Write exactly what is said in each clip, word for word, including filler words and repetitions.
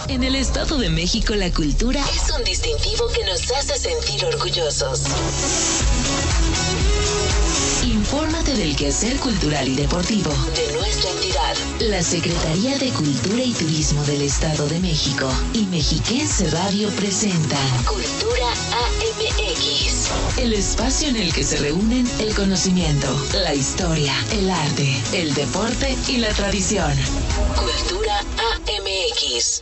En el Estado de México la cultura es un distintivo que nos hace sentir orgullosos. Infórmate del quehacer cultural y deportivo de nuestra entidad. La Secretaría de Cultura y Turismo del Estado de México y Mexiquense Radio presentan Cultura A M X, el espacio en el que se reúnen el conocimiento, la historia, el arte, el deporte y la tradición. Cultura A M X.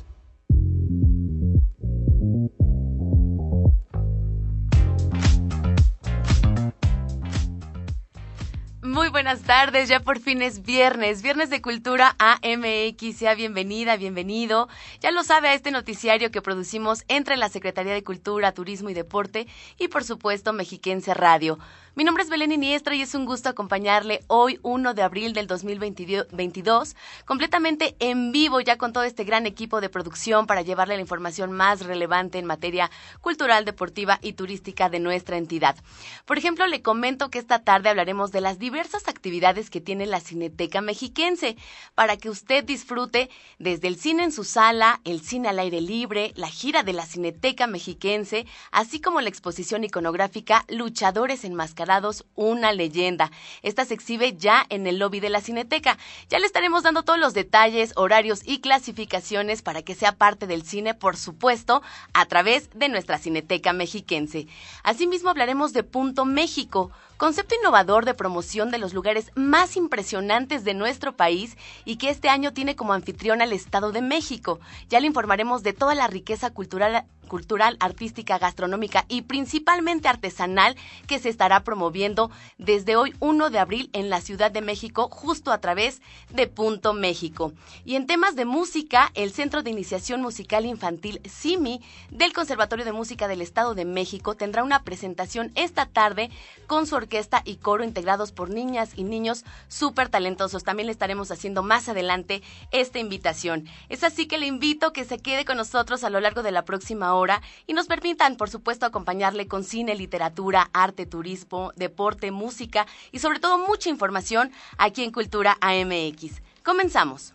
Muy buenas tardes, ya por fin es viernes, viernes de Cultura A M X, sea bienvenida, bienvenido. Ya lo sabe a este noticiario que producimos entre la Secretaría de Cultura, Turismo y Deporte y por supuesto Mexiquense Radio. Mi nombre es Belén Iniestra y es un gusto acompañarle hoy, primero de abril del dos mil veintidós, completamente en vivo ya con todo este gran equipo de producción para llevarle la información más relevante en materia cultural, deportiva y turística de nuestra entidad. Por ejemplo, le comento que esta tarde hablaremos de las diversas actividades que tiene la Cineteca Mexiquense para que usted disfrute desde el cine en su sala, el cine al aire libre, la gira de la Cineteca Mexiquense, así como la exposición iconográfica Luchadores Enmascarados, una leyenda. Esta se exhibe ya en el lobby de la Cineteca. Ya le estaremos dando todos los detalles, horarios y clasificaciones para que sea parte del cine, por supuesto, a través de nuestra Cineteca Mexiquense. Asimismo hablaremos de Punto México, concepto innovador de promoción de los lugares más impresionantes de nuestro país y que este año tiene como anfitrión al Estado de México. Ya le informaremos de toda la riqueza cultural, cultural, artística, gastronómica y principalmente artesanal que se estará promoviendo desde hoy, primero de abril, en la Ciudad de México, justo a través de Punto México. Y en temas de música, el Centro de Iniciación Musical Infantil C I M I del Conservatorio de Música del Estado de México tendrá una presentación esta tarde con su orquesta y coro integrados por niñas y niños súper talentosos. También le estaremos haciendo más adelante esta invitación. Es así que le invito a que se quede con nosotros a lo largo de la próxima hora y nos permitan, por supuesto, acompañarle con cine, literatura, arte, turismo, deporte, música y sobre todo mucha información aquí en Cultura A M X. Comenzamos.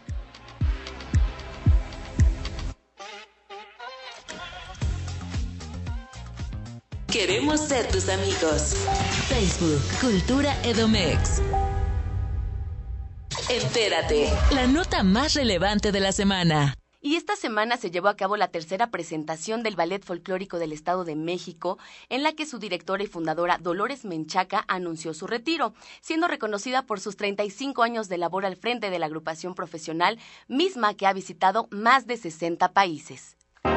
Queremos ser tus amigos. Facebook, Cultura Edomex. Entérate, la nota más relevante de la semana. Y esta semana se llevó a cabo la tercera presentación del Ballet Folclórico del Estado de México, en la que su directora y fundadora Dolores Menchaca anunció su retiro, siendo reconocida por sus treinta y cinco años de labor al frente de la agrupación profesional, misma que ha visitado más de sesenta países.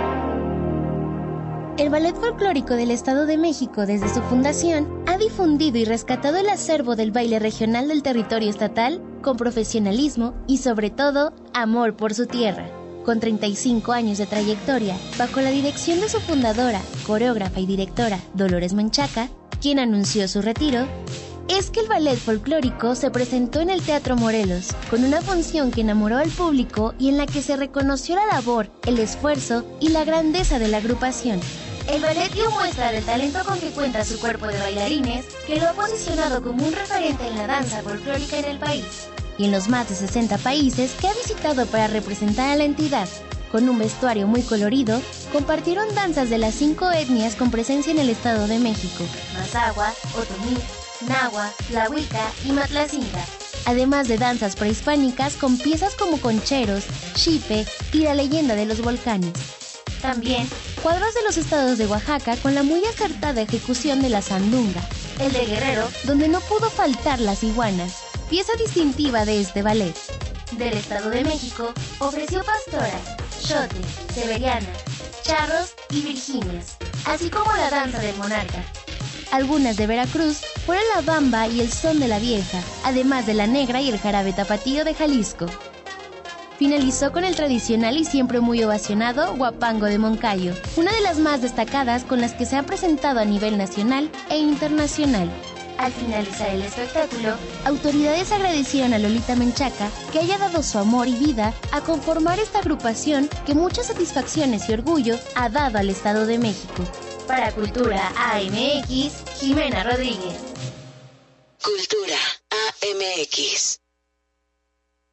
El Ballet Folclórico del Estado de México, desde su fundación, ha difundido y rescatado el acervo del baile regional del territorio estatal con profesionalismo y, sobre todo, amor por su tierra. Con treinta y cinco años de trayectoria, bajo la dirección de su fundadora, coreógrafa y directora Dolores Menchaca, quien anunció su retiro, es que el ballet folclórico se presentó en el Teatro Morelos, con una función que enamoró al público y en la que se reconoció la labor, el esfuerzo y la grandeza de la agrupación. El ballet dio muestra del talento con que cuenta su cuerpo de bailarines, que lo ha posicionado como un referente en la danza folclórica en el país, y en los más de sesenta países que ha visitado para representar a la entidad. Con un vestuario muy colorido, compartieron danzas de las cinco etnias con presencia en el Estado de México: Mazahua, Otomí, Nahua, Tlahuica y Matlacinca. Además de danzas prehispánicas con piezas como concheros, xipe y la leyenda de los volcanes. También cuadros de los estados de Oaxaca con la muy acertada ejecución de la sandunga, el de Guerrero, donde no pudo faltar las iguanas, pieza distintiva de este ballet. Del Estado de México ofreció pastoras, xote, severiana, charros y virginias, así como la danza del monarca. Algunas de Veracruz fueron la bamba y el son de la vieja, además de la negra y el jarabe tapatío de Jalisco. Finalizó con el tradicional y siempre muy ovacionado Huapango de Moncayo, una de las más destacadas con las que se han presentado a nivel nacional e internacional. Al finalizar el espectáculo, autoridades agradecieron a Lolita Menchaca que haya dado su amor y vida a conformar esta agrupación que muchas satisfacciones y orgullo ha dado al Estado de México. Para Cultura A M X, Jimena Rodríguez. Cultura A M X.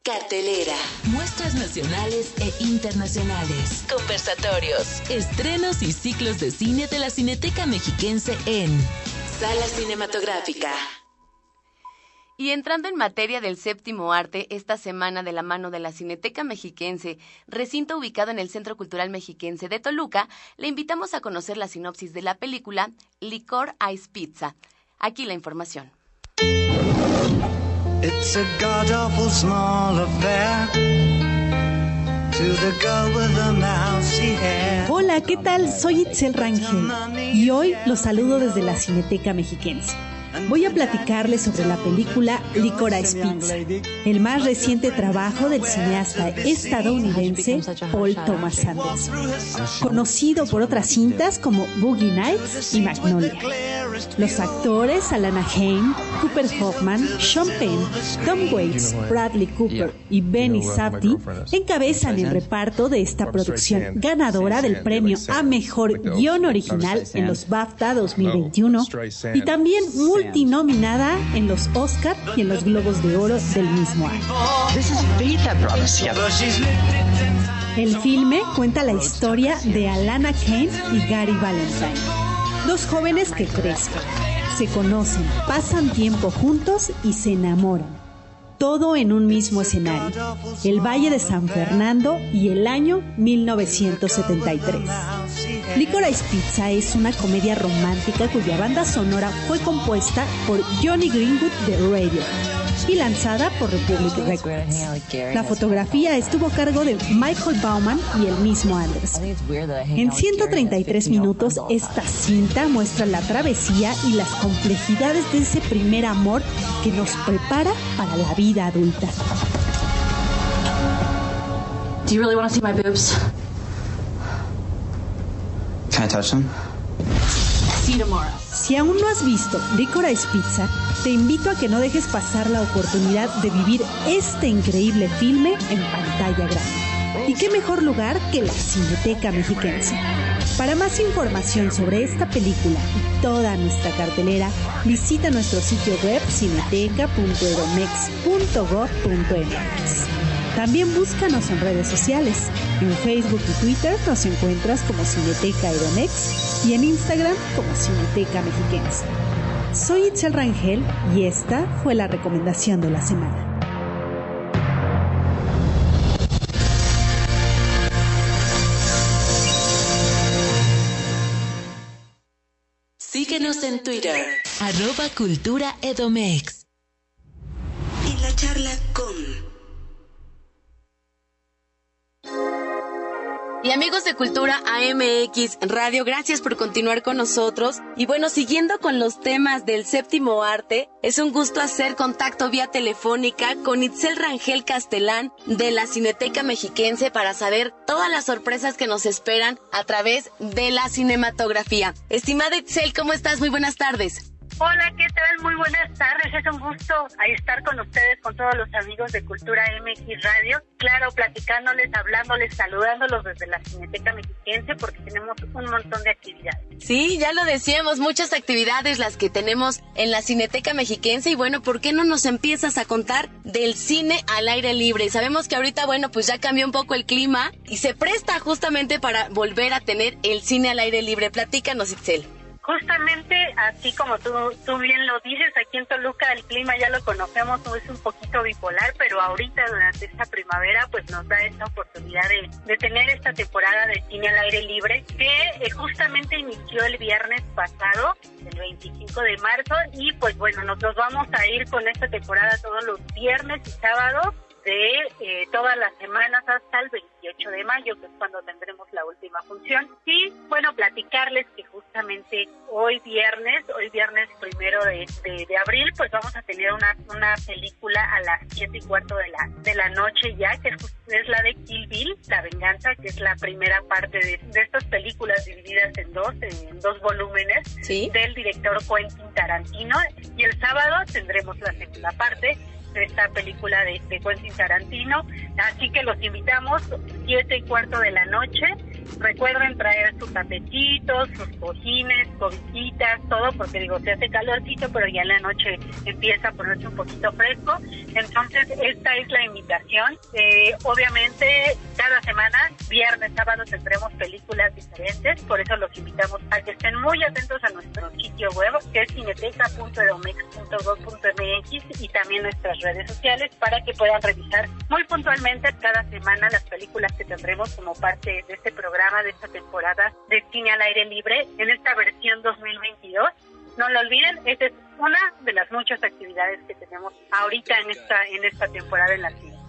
Cartelera, muestras nacionales e internacionales, conversatorios, estrenos y ciclos de cine de la Cineteca Mexiquense en Sala Cinematográfica. Y entrando en materia del séptimo arte, esta semana de la mano de la Cineteca Mexiquense, recinto ubicado en el Centro Cultural Mexiquense de Toluca, le invitamos a conocer la sinopsis de la película Licor Ice Pizza. Aquí la información. It's a god-awful small affair to the girl with the mousy hair. Hola, ¿qué tal? Soy Itzel Rangel y hoy los saludo desde la Cineteca Mexiquense. Voy a platicarles sobre la película Licor Ice Pizza, el más reciente trabajo del cineasta estadounidense Paul Thomas Anderson, conocido por otras cintas como Boogie Nights y Magnolia. Los actores Alana Haim, Cooper Hoffman, Sean Penn, Tom Waits, Bradley Cooper y Benny Safdie encabezan el reparto de esta producción ganadora del premio a Mejor Guión Original en los BAFTA dos mil veintiuno y también multinominada en los Oscar y en los Globos de Oro del mismo año. El filme cuenta la historia de Alana Haim y Gary Valentine, dos jóvenes que crecen, se conocen, pasan tiempo juntos y se enamoran. Todo en un mismo escenario, el Valle de San Fernando y el año mil novecientos setenta y tres. Licor Ice Pizza es una comedia romántica cuya banda sonora fue compuesta por Johnny Greenwood de Radio y lanzada por Republic Records. La fotografía estuvo a cargo de Michael Bauman y el mismo Anderson. En ciento treinta y tres minutos, esta cinta muestra la travesía y las complejidades de ese primer amor que nos prepara para la vida adulta. Do you really want to see my boobs? Can I touch them? See you tomorrow. Si aún no has visto Licor Ice Pizza, te invito a que no dejes pasar la oportunidad de vivir este increíble filme en pantalla grande. ¿Y qué mejor lugar que la Cineteca Mexiquense? Para más información sobre esta película y toda nuestra cartelera, visita nuestro sitio web cineteca punto edomex punto gob punto mx. También búscanos en redes sociales. En Facebook y Twitter nos encuentras como Cineteca Edomex y en Instagram como Cineteca Mexiquense. Soy Itzel Rangel y esta fue la recomendación de la semana. Síguenos en Twitter, arroba Cultura Edomex. En la charla con... Y amigos de Cultura A M X Radio, gracias por continuar con nosotros. Y bueno, siguiendo con los temas del séptimo arte, es un gusto hacer contacto vía telefónica con Itzel Rangel Castelán de la Cineteca Mexiquense para saber todas las sorpresas que nos esperan a través de la cinematografía. Estimada Itzel, ¿cómo estás? Muy buenas tardes. Hola, ¿qué tal? Muy buenas tardes. Es un gusto estar con ustedes, con todos los amigos de Cultura M X Radio. Claro, platicándoles, hablándoles, saludándolos desde la Cineteca Mexiquense porque tenemos un montón de actividades. Sí, ya lo decíamos, muchas actividades las que tenemos en la Cineteca Mexiquense. Y bueno, ¿por qué no nos empiezas a contar del cine al aire libre? Sabemos que ahorita, bueno, pues ya cambió un poco el clima y se presta justamente para volver a tener el cine al aire libre. Platícanos, Itzel. Justamente, así como tú, tú bien lo dices, aquí en Toluca el clima ya lo conocemos, es un poquito bipolar, pero ahorita durante esta primavera pues nos da esta oportunidad de, de tener esta temporada de cine al aire libre que eh, justamente inició el viernes pasado, el veinticinco de marzo, y pues bueno, nosotros vamos a ir con esta temporada todos los viernes y sábados de eh, todas las semanas hasta el veintiocho de mayo, que es cuando tendremos la última función. Y bueno, platicarles que justamente hoy viernes, hoy viernes primero de, de, de abril, pues vamos a tener una, una película a las siete y cuarto de la, de la noche ya, que es, es la de Kill Bill, La Venganza, que es la primera parte de, de estas películas divididas en dos, en dos volúmenes, ¿sí?, del director Quentin Tarantino. Y el sábado tendremos la segunda parte de esta película de, de Quentin Tarantino, así que los invitamos siete y cuarto de la noche recuerden traer sus tapetitos, sus cojines, cobijitas, todo, porque digo, se hace calorcito, pero ya en la noche empieza a ponerse un poquito fresco. Entonces, esta es la invitación. Eh, obviamente, cada semana, viernes, sábado, tendremos películas diferentes, por eso los invitamos a que estén muy atentos a nuestro sitio web, que es cineteca punto edomex punto gov punto mx, y también nuestras redes sociales, para que puedan revisar muy puntualmente cada semana las películas que tendremos como parte de este programa, de esta temporada de Cine al Aire Libre, en esta versión dos mil veintidós. No lo olviden, esta es una de las muchas actividades que tenemos ahorita en esta, en esta temporada en la cine.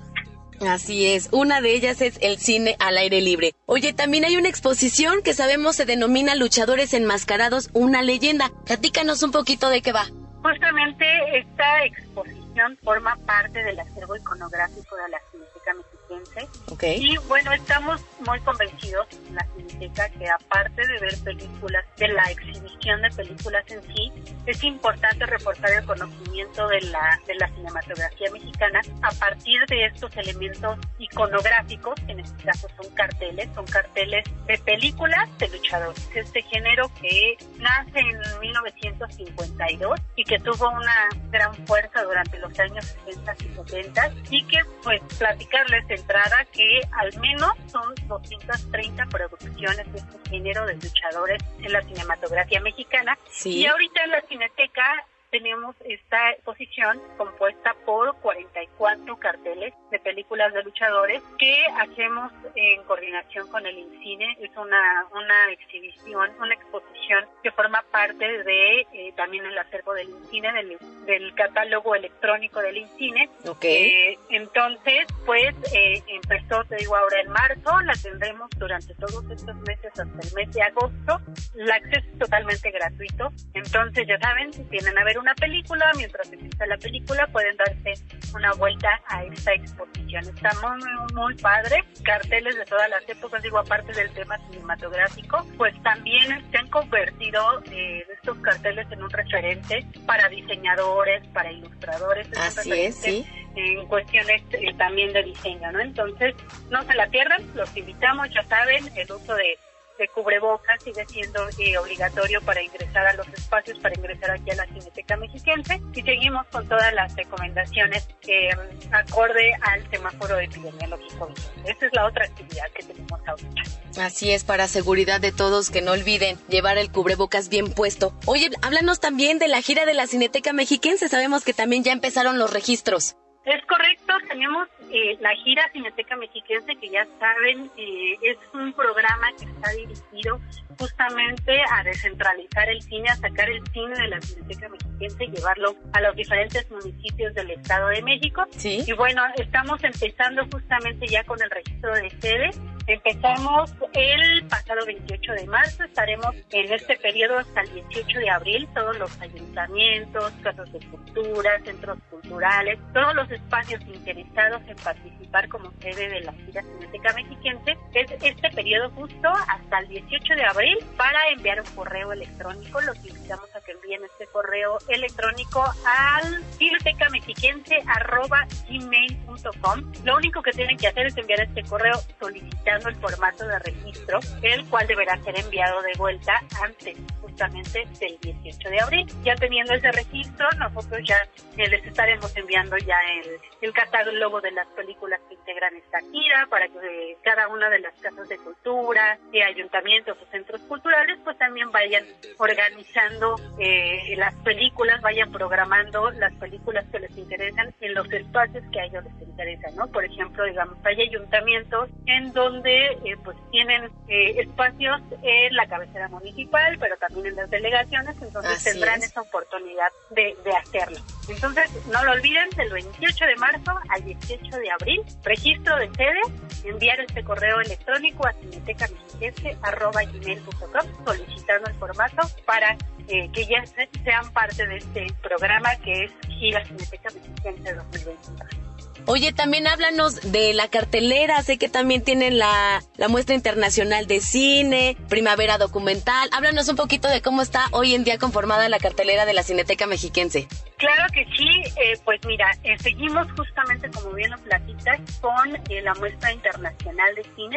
Así es, una de ellas es el cine al aire libre. Oye, también hay una exposición que sabemos se denomina Luchadores Enmascarados, una leyenda. Platícanos un poquito de qué va. Justamente esta exposición forma parte del acervo iconográfico de la Cineteca Mexiquense. Okay. Y bueno, estamos muy convencidos en la Cineteca que aparte de ver películas, de la exhibición de películas en sí, es importante reforzar el conocimiento de la, de la cinematografía mexicana a partir de estos elementos iconográficos, que en este caso son carteles, son carteles de películas de luchadores. Este género que nace en mil novecientos cincuenta y dos y que tuvo una gran fuerza durante los años sesenta y setenta, y que pues platicarles de entrada que al menos son doscientas treinta producciones de este género de luchadores en la cinematografía mexicana. Sí. Y ahorita en la Cineteca tenemos esta exposición compuesta por cuarenta y cuatro carteles de películas de luchadores que hacemos en coordinación con el INCINE. Es una una exhibición, una exposición que forma parte de eh, también el acervo del INCINE, del, del catálogo electrónico del INCINE. Okay. Eh, entonces, pues eh, empezó, te digo, ahora en marzo, la tendremos durante todos estos meses hasta el mes de agosto. El acceso es totalmente gratuito. Entonces, ya saben, si tienen a ver una película, mientras empieza la película pueden darse una vuelta a esta exposición. Está muy, muy, muy padre, carteles de todas las épocas, digo, aparte del tema cinematográfico, pues también se han convertido eh, estos carteles en un referente para diseñadores, para ilustradores. Es Así es, sí. En cuestiones eh, también de diseño, ¿no? Entonces, no se la pierdan, los invitamos, ya saben, el uso de de cubrebocas sigue siendo eh, obligatorio para ingresar a los espacios, para ingresar aquí a la Cineteca Mexiquense, y seguimos con todas las recomendaciones eh, acorde al semáforo epidemiológico. Esta es la otra actividad que tenemos ahorita. Así es, para seguridad de todos, que no olviden llevar el cubrebocas bien puesto. Oye, háblanos también de la gira de la Cineteca Mexiquense, sabemos que también ya empezaron los registros. Es correcto, tenemos eh, la gira Cineteca Mexiquense, que ya saben, eh, es un programa que está dirigido justamente a descentralizar el cine, a sacar el cine de la Cineteca Mexiquense y llevarlo a los diferentes municipios del Estado de México. Sí. Y bueno, estamos empezando justamente ya con el registro de sede. Empezamos el pasado veintiocho de marzo, estaremos en este periodo hasta el dieciocho de abril, todos los ayuntamientos, casas de cultura, centros culturales, todos los espacios interesados en participar como sede de la gira Cineteca Mexiquense. Es este periodo justo hasta el dieciocho de abril para enviar un correo electrónico. Los invitamos a que envíen este correo electrónico al cinetecamexiquense arroba gmail punto com. Lo único que tienen que hacer es enviar este correo solicitando el formato de registro, el cual deberá ser enviado de vuelta antes justamente del dieciocho de abril. Ya teniendo ese registro, nosotros ya eh, les estaremos enviando ya el, el catálogo de las películas que integran esta gira, para que eh, cada una de las casas de cultura, de ayuntamientos o centros culturales, pues también vayan organizando eh, las películas, vayan programando las películas que les interesan en los espacios que a ellos les interesan, ¿no? Por ejemplo, digamos, hay ayuntamientos en donde eh, pues tienen eh, espacios en la cabecera municipal, pero también en las delegaciones, entonces Así tendrán es. esa oportunidad de, de hacerlo. Entonces, no lo olviden, del veintiocho de marzo al dieciocho de abril, registro de sede, enviar este correo electrónico a cinetecamexiquense arroba gmail punto com solicitando el formato para eh, que ya se, sean parte de este programa que es Gira Cineteca Mexiquense dos mil veintidós. Oye, también háblanos de la cartelera, sé que también tienen la, la muestra internacional de cine, primavera documental. Háblanos un poquito de cómo está hoy en día conformada la cartelera de la Cineteca Mexiquense. Claro que sí, eh, pues mira, eh, seguimos justamente, como bien lo platicas, con eh, la muestra internacional de cine.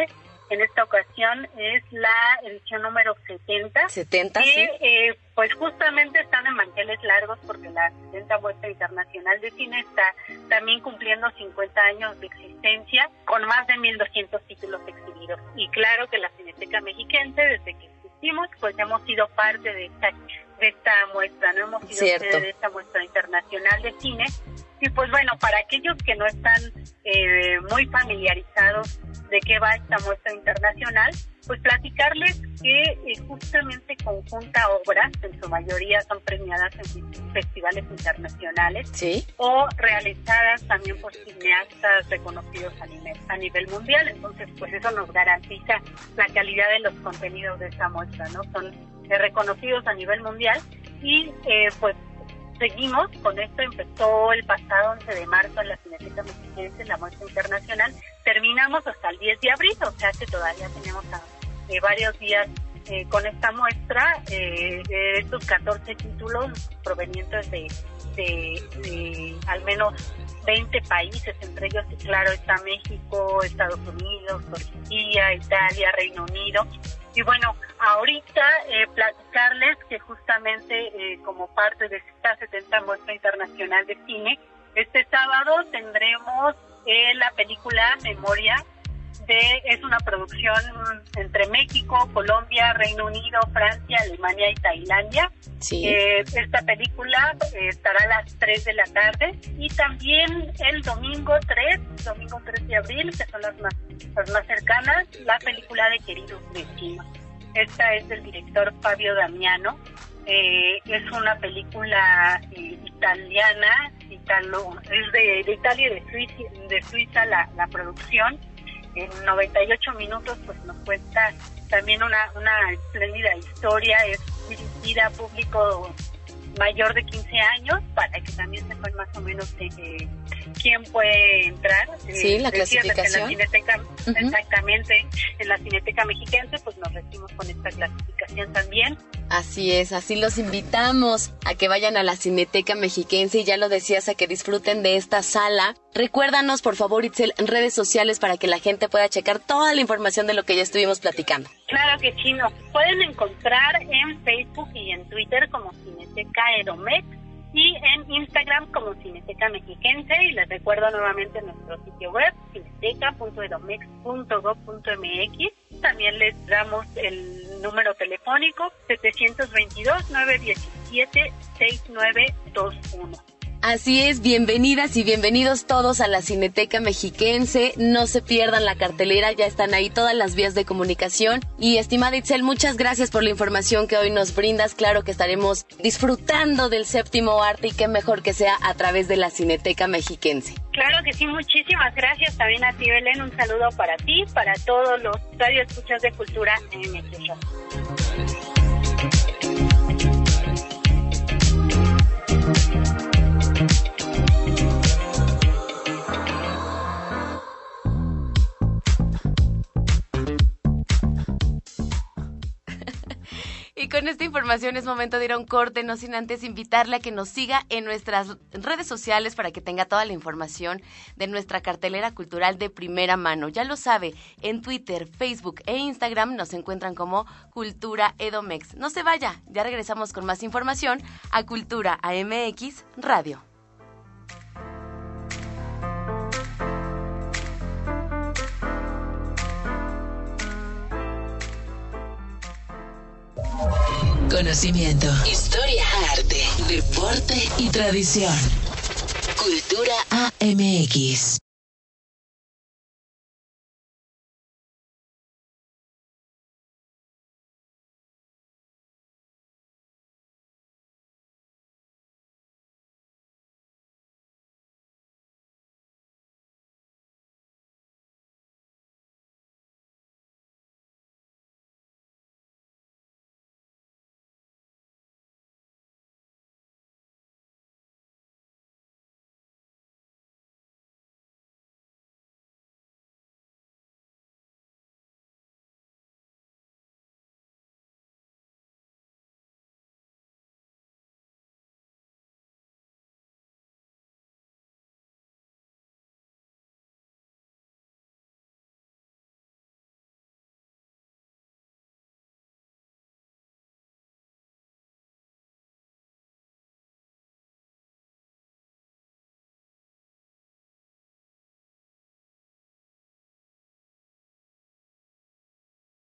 En esta ocasión es la edición número setenta. setenta, que, sí. Eh, pues justamente están en manteles largos porque la setenta Muestra Internacional de Cine está también cumpliendo cincuenta años de existencia con más de mil doscientos títulos exhibidos. Y claro que la Cineteca Mexiquense, desde que existimos, pues hemos sido parte de esta, de esta muestra, no hemos sido Cierto. sede de esta Muestra Internacional de Cine. Y pues bueno, para aquellos que no están eh, muy familiarizados de qué va esta muestra internacional, pues platicarles que eh, justamente conjunta obras, en su mayoría son premiadas en festivales internacionales, ¿Sí? o realizadas también por cineastas reconocidos a nivel, a nivel mundial. Entonces, pues eso nos garantiza la calidad de los contenidos de esta muestra, ¿no? Son eh, reconocidos a nivel mundial y eh, pues seguimos con esto. Empezó el pasado once de marzo en la Cineteca Mexiquense, la muestra internacional. Terminamos hasta el diez de abril, o sea que todavía tenemos a, eh, varios días eh, con esta muestra. Eh, de estos catorce títulos provenientes de, de, de al menos veinte países, entre ellos, claro, está México, Estados Unidos, Turquía, Italia, Reino Unido. Y bueno, ahorita eh, platicarles que justamente eh, como parte de esta setenta Muestra Internacional de Cine, este sábado tendremos eh, la película Memoria, de es una producción entre México, Colombia, Reino Unido, Francia, Alemania y Tailandia. Sí. Eh, esta película eh, estará a las tres de la tarde, y también el domingo tres, domingo tres de abril, que son las más, las más cercanas, la película de Queridos Vecinos. Esta es del director Fabio Damiano. Eh, es una película eh, italiana, italo, es de, de Italia y de Suiza, de Suiza la, la producción. En noventa y ocho minutos pues nos cuenta también una, una espléndida historia. Es dirigida a público mayor de quince años, para que también sepan más o menos de, eh, quién puede entrar. Sí, eh, la clasificación. En la Cineteca, uh-huh. Exactamente, en la Cineteca Mexiquense, pues nos regimos con esta clasificación también. Así es, así los invitamos a que vayan a la Cineteca Mexiquense, y ya lo decías, a que disfruten de esta sala. Recuérdanos, por favor, Itzel, en redes sociales para que la gente pueda checar toda la información de lo que ya estuvimos platicando. Claro que sí, nos pueden encontrar en Facebook y en Twitter como Cineteca Edomex, y en Instagram como Cineteca Mexiquense. Y les recuerdo nuevamente nuestro sitio web, cineteca punto edomex punto gob punto mx. También les damos el número telefónico setecientos veintidós, novecientos diecisiete, sesenta y nueve veintiuno. Así es, bienvenidas y bienvenidos todos a la Cineteca Mexiquense. No se pierdan la cartelera, ya están ahí todas las vías de comunicación. Y estimada Itzel, muchas gracias por la información que hoy nos brindas. Claro que estaremos disfrutando del séptimo arte, y qué mejor que sea a través de la Cineteca Mexiquense. Claro que sí, muchísimas gracias también a ti, Belén. Un saludo para ti, para todos los radioescuchas de Cultura M X. Y con esta información es momento de ir a un corte, no sin antes invitarle a que nos siga en nuestras redes sociales para que tenga toda la información de nuestra cartelera cultural de primera mano. Ya lo sabe, en Twitter, Facebook e Instagram nos encuentran como Cultura Edomex. No se vaya, ya regresamos con más información a Cultura A M X Radio. Conocimiento, historia, arte, deporte y tradición. Cultura A M X.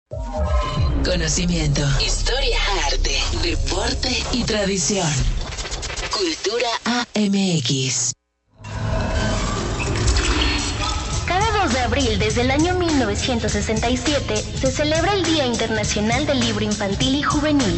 Conocimiento, historia, arte, deporte y tradición. Cultura A M X. Cada dos de abril desde el año mil novecientos sesenta y siete se celebra el Día Internacional del Libro Infantil y Juvenil.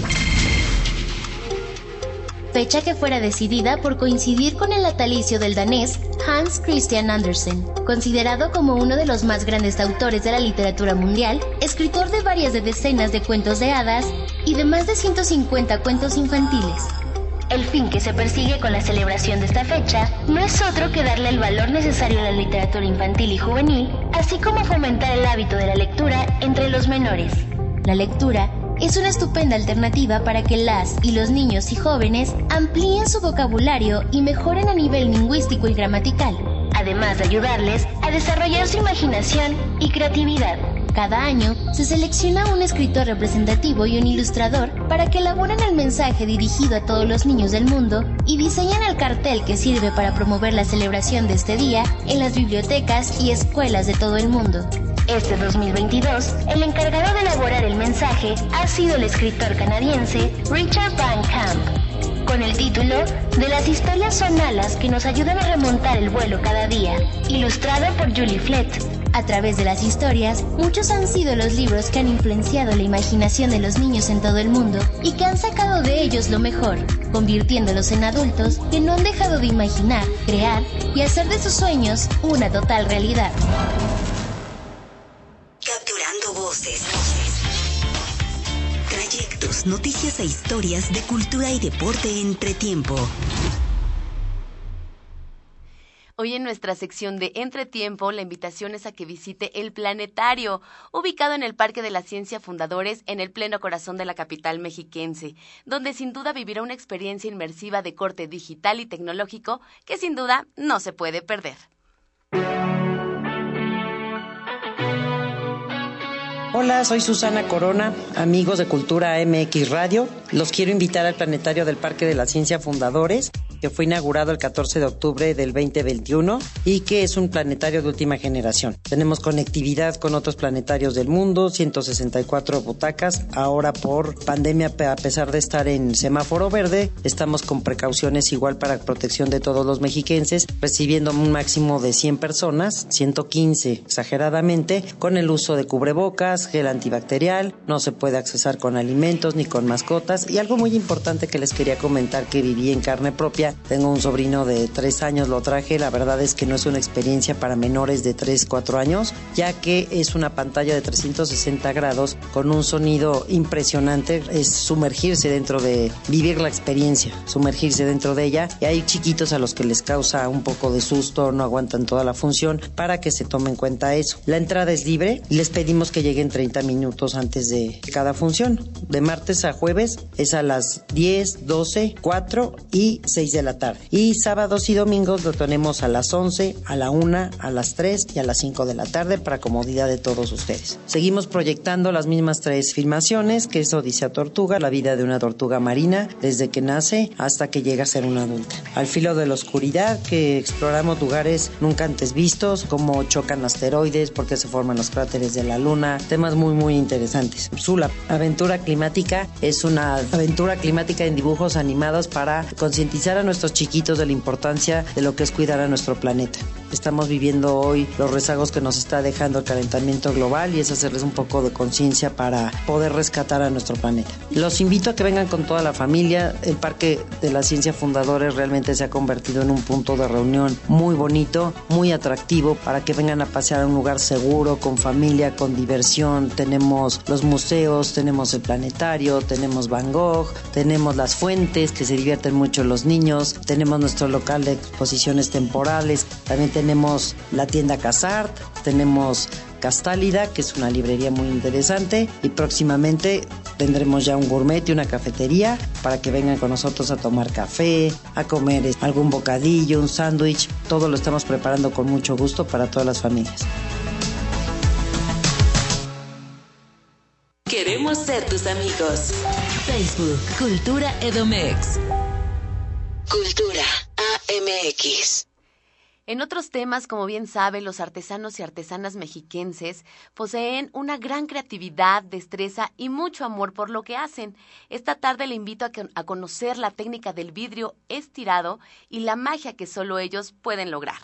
Fecha que fuera decidida por coincidir con el natalicio del danés Hans Christian Andersen, considerado como uno de los más grandes autores de la literatura mundial, escritor de varias de decenas de cuentos de hadas y de más de ciento cincuenta cuentos infantiles. El fin que se persigue con la celebración de esta fecha no es otro que darle el valor necesario a la literatura infantil y juvenil, así como fomentar el hábito de la lectura entre los menores. La lectura es una estupenda alternativa para que las y los niños y jóvenes amplíen su vocabulario y mejoren a nivel lingüístico y gramatical, además de ayudarles a desarrollar su imaginación y creatividad. Cada año se selecciona un escritor representativo y un ilustrador para que elaboren el mensaje dirigido a todos los niños del mundo y diseñan el cartel que sirve para promover la celebración de este día en las bibliotecas y escuelas de todo el mundo. Este dos mil veintidós, el encargado de elaborar el mensaje ha sido el escritor canadiense Richard Van Camp, con el título de Las historias son alas que nos ayudan a remontar el vuelo cada día, ilustrado por Julie Flett. A través de las historias, muchos han sido los libros que han influenciado la imaginación de los niños en todo el mundo y que han sacado de ellos lo mejor, convirtiéndolos en adultos que no han dejado de imaginar, crear y hacer de sus sueños una total realidad. Capturando voces. Trayectos, noticias e historias de cultura y deporte entre tiempo. Hoy en nuestra sección de Entretiempo, la invitación es a que visite el Planetario, ubicado en el Parque de la Ciencia Fundadores, en el pleno corazón de la capital mexiquense, donde sin duda vivirá una experiencia inmersiva de corte digital y tecnológico que sin duda no se puede perder. Hola, soy Susana Corona, amigos de Cultura M X Radio. Los quiero invitar al Planetario del Parque de la Ciencia Fundadores, que fue inaugurado el catorce de octubre del veinte veintiuno y que es un planetario de última generación. Tenemos conectividad con otros planetarios del mundo, ciento sesenta y cuatro butacas. Ahora por pandemia, a pesar de estar en semáforo verde, estamos con precauciones igual para protección de todos los mexiquenses, recibiendo un máximo de cien personas, ciento quince exageradamente, con el uso de cubrebocas, gel antibacterial, no se puede accesar con alimentos ni con mascotas. Y algo muy importante que les quería comentar, que viví en carne propia, tengo un sobrino de tres años, lo traje, la verdad es que no es una experiencia para menores de tres, cuatro años, ya que es una pantalla de trescientos sesenta grados con un sonido impresionante, es sumergirse dentro de, vivir la experiencia, sumergirse dentro de ella, y hay chiquitos a los que les causa un poco de susto, no aguantan toda la función, para que se tome en cuenta eso. La entrada es libre y les pedimos que lleguen treinta minutos antes de cada función. De martes a jueves es a las diez, doce, cuatro y seis de la tarde. Y sábados y domingos lo tenemos a las once, a la una, a las tres y a las cinco de la tarde para comodidad de todos ustedes. Seguimos proyectando las mismas tres filmaciones, que es Odisea Tortuga, la vida de una tortuga marina desde que nace hasta que llega a ser una adulta. Al filo de la oscuridad, que exploramos lugares nunca antes vistos, como chocan asteroides, por qué se forman los cráteres de la luna, temas muy muy interesantes. Zula, aventura climática, es una aventura climática en dibujos animados para concientizar a nuestros chiquitos de la importancia de lo que es cuidar a nuestro planeta. Estamos viviendo hoy los rezagos que nos está dejando el calentamiento global y es hacerles un poco de conciencia para poder rescatar a nuestro planeta. Los invito a que vengan con toda la familia. El Parque de la Ciencia Fundadores realmente se ha convertido en un punto de reunión muy bonito, muy atractivo, para que vengan a pasear a un lugar seguro, con familia, con diversión. Tenemos los museos, tenemos el planetario, tenemos Van Gogh, tenemos las fuentes que se divierten mucho los niños, tenemos nuestro local de exposiciones temporales, también tenemos la tienda Casart, tenemos Castálida, que es una librería muy interesante, y próximamente tendremos ya un gourmet y una cafetería para que vengan con nosotros a tomar café, a comer algún bocadillo, un sándwich. Todo lo estamos preparando con mucho gusto para todas las familias. Queremos ser tus amigos. Facebook, Cultura Edomex. Cultura A M X. En otros temas, como bien sabe, los artesanos y artesanas mexiquenses poseen una gran creatividad, destreza y mucho amor por lo que hacen. Esta tarde le invito a, que, a conocer la técnica del vidrio estirado y la magia que solo ellos pueden lograr.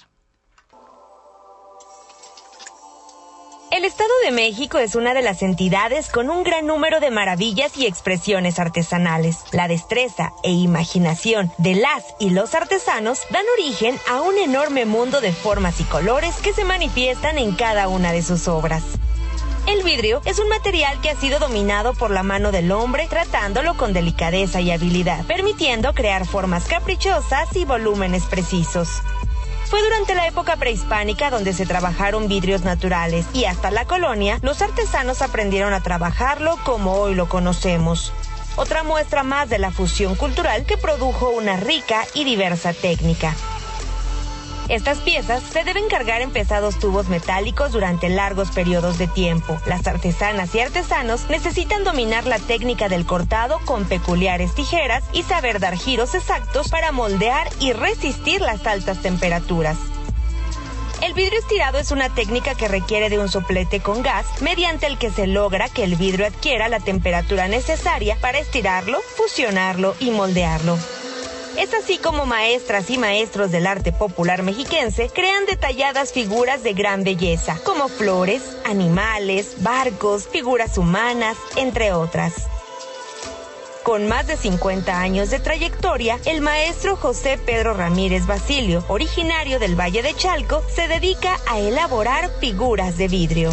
El Estado de México es una de las entidades con un gran número de maravillas y expresiones artesanales. La destreza e imaginación de las y los artesanos dan origen a un enorme mundo de formas y colores que se manifiestan en cada una de sus obras. El vidrio es un material que ha sido dominado por la mano del hombre, tratándolo con delicadeza y habilidad, permitiendo crear formas caprichosas y volúmenes precisos. Fue durante la época prehispánica donde se trabajaron vidrios naturales y hasta la colonia los artesanos aprendieron a trabajarlo como hoy lo conocemos. Otra muestra más de la fusión cultural que produjo una rica y diversa técnica. Estas piezas se deben cargar en pesados tubos metálicos durante largos periodos de tiempo. Las artesanas y artesanos necesitan dominar la técnica del cortado con peculiares tijeras y saber dar giros exactos para moldear y resistir las altas temperaturas. El vidrio estirado es una técnica que requiere de un soplete con gas, mediante el que se logra que el vidrio adquiera la temperatura necesaria para estirarlo, fusionarlo y moldearlo. Es así como maestras y maestros del arte popular mexiquense crean detalladas figuras de gran belleza, como flores, animales, barcos, figuras humanas, entre otras. Con más de cincuenta años de trayectoria, el maestro José Pedro Ramírez Basilio, originario del Valle de Chalco, se dedica a elaborar figuras de vidrio.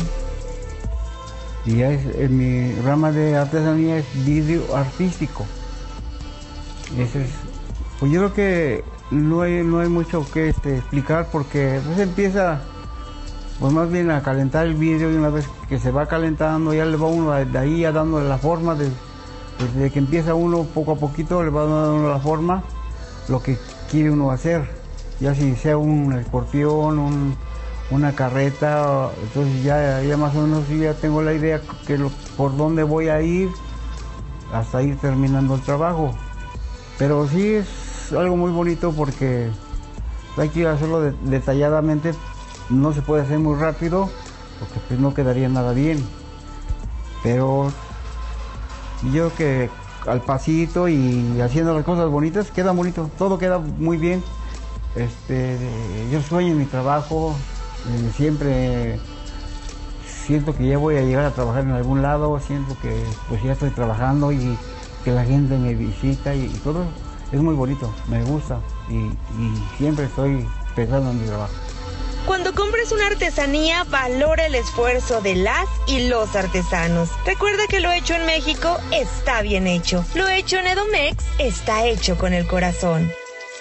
Y es, en mi rama de artesanía es vidrio artístico. Ese es... Pues yo creo que no hay, no hay mucho que este, explicar porque pues empieza pues más bien a calentar el vidrio y una vez que se va calentando ya le va uno de ahí a dándole la forma, de, desde que empieza uno poco a poquito le va dando uno la forma, lo que quiere uno hacer, ya si sea un escorpión, un, una carreta, entonces ya, ya más o menos ya tengo la idea que lo, por dónde voy a ir hasta ir terminando el trabajo, pero sí es algo muy bonito porque hay que hacerlo de, detalladamente, no se puede hacer muy rápido porque pues no quedaría nada bien, pero yo creo que al pasito y haciendo las cosas bonitas queda bonito, todo queda muy bien. Este, yo sueño en mi trabajo, eh, siempre siento que ya voy a llegar a trabajar en algún lado, siento que pues ya estoy trabajando y que la gente me visita y, y todo. Es muy bonito, me gusta y, y siempre estoy pensando en mi trabajo. Cuando compres una artesanía, valora el esfuerzo de las y los artesanos. Recuerda que lo hecho en México está bien hecho. Lo hecho en Edomex está hecho con el corazón.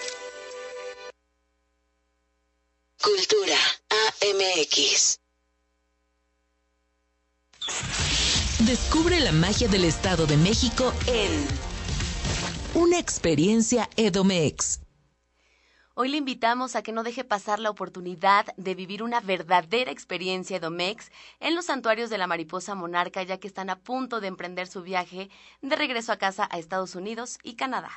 Cultura A M X. Descubre la magia del Estado de México en Una experiencia Edomex. Hoy le invitamos a que no deje pasar la oportunidad de vivir una verdadera experiencia Edomex en los santuarios de la mariposa monarca, ya que están a punto de emprender su viaje de regreso a casa a Estados Unidos y Canadá.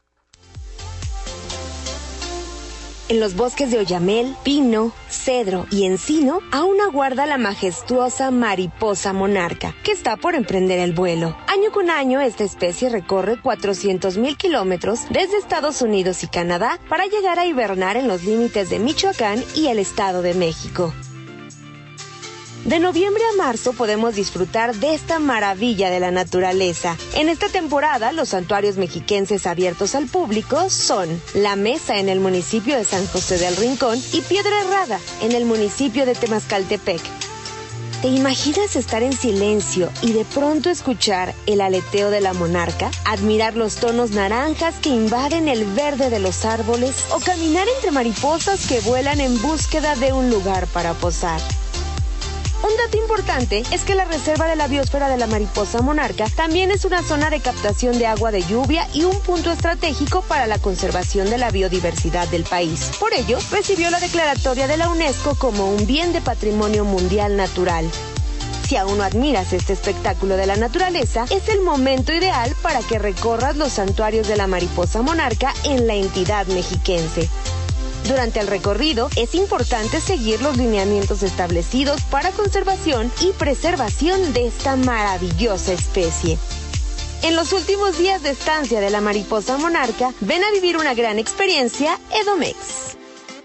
En los bosques de oyamel, pino, cedro y encino aún aguarda la majestuosa mariposa monarca, que está por emprender el vuelo. Año con año, esta especie recorre cuatrocientos mil kilómetros desde Estados Unidos y Canadá para llegar a hibernar en los límites de Michoacán y el Estado de México. De noviembre a marzo podemos disfrutar de esta maravilla de la naturaleza. En esta temporada, los santuarios mexiquenses abiertos al público son La Mesa en el municipio de San José del Rincón y Piedra Herrada en el municipio de Temascaltepec. ¿Te imaginas estar en silencio y de pronto escuchar el aleteo de la monarca? ¿Admirar los tonos naranjas que invaden el verde de los árboles? ¿O caminar entre mariposas que vuelan en búsqueda de un lugar para posar? Un dato importante es que la Reserva de la Biosfera de la Mariposa Monarca también es una zona de captación de agua de lluvia y un punto estratégico para la conservación de la biodiversidad del país. Por ello, recibió la declaratoria de la UNESCO como un bien de patrimonio mundial natural. Si aún no admiras este espectáculo de la naturaleza, es el momento ideal para que recorras los santuarios de la Mariposa Monarca en la entidad mexiquense. Durante el recorrido es importante seguir los lineamientos establecidos para conservación y preservación de esta maravillosa especie. En los últimos días de estancia de la mariposa monarca, ven a vivir una gran experiencia Edomex.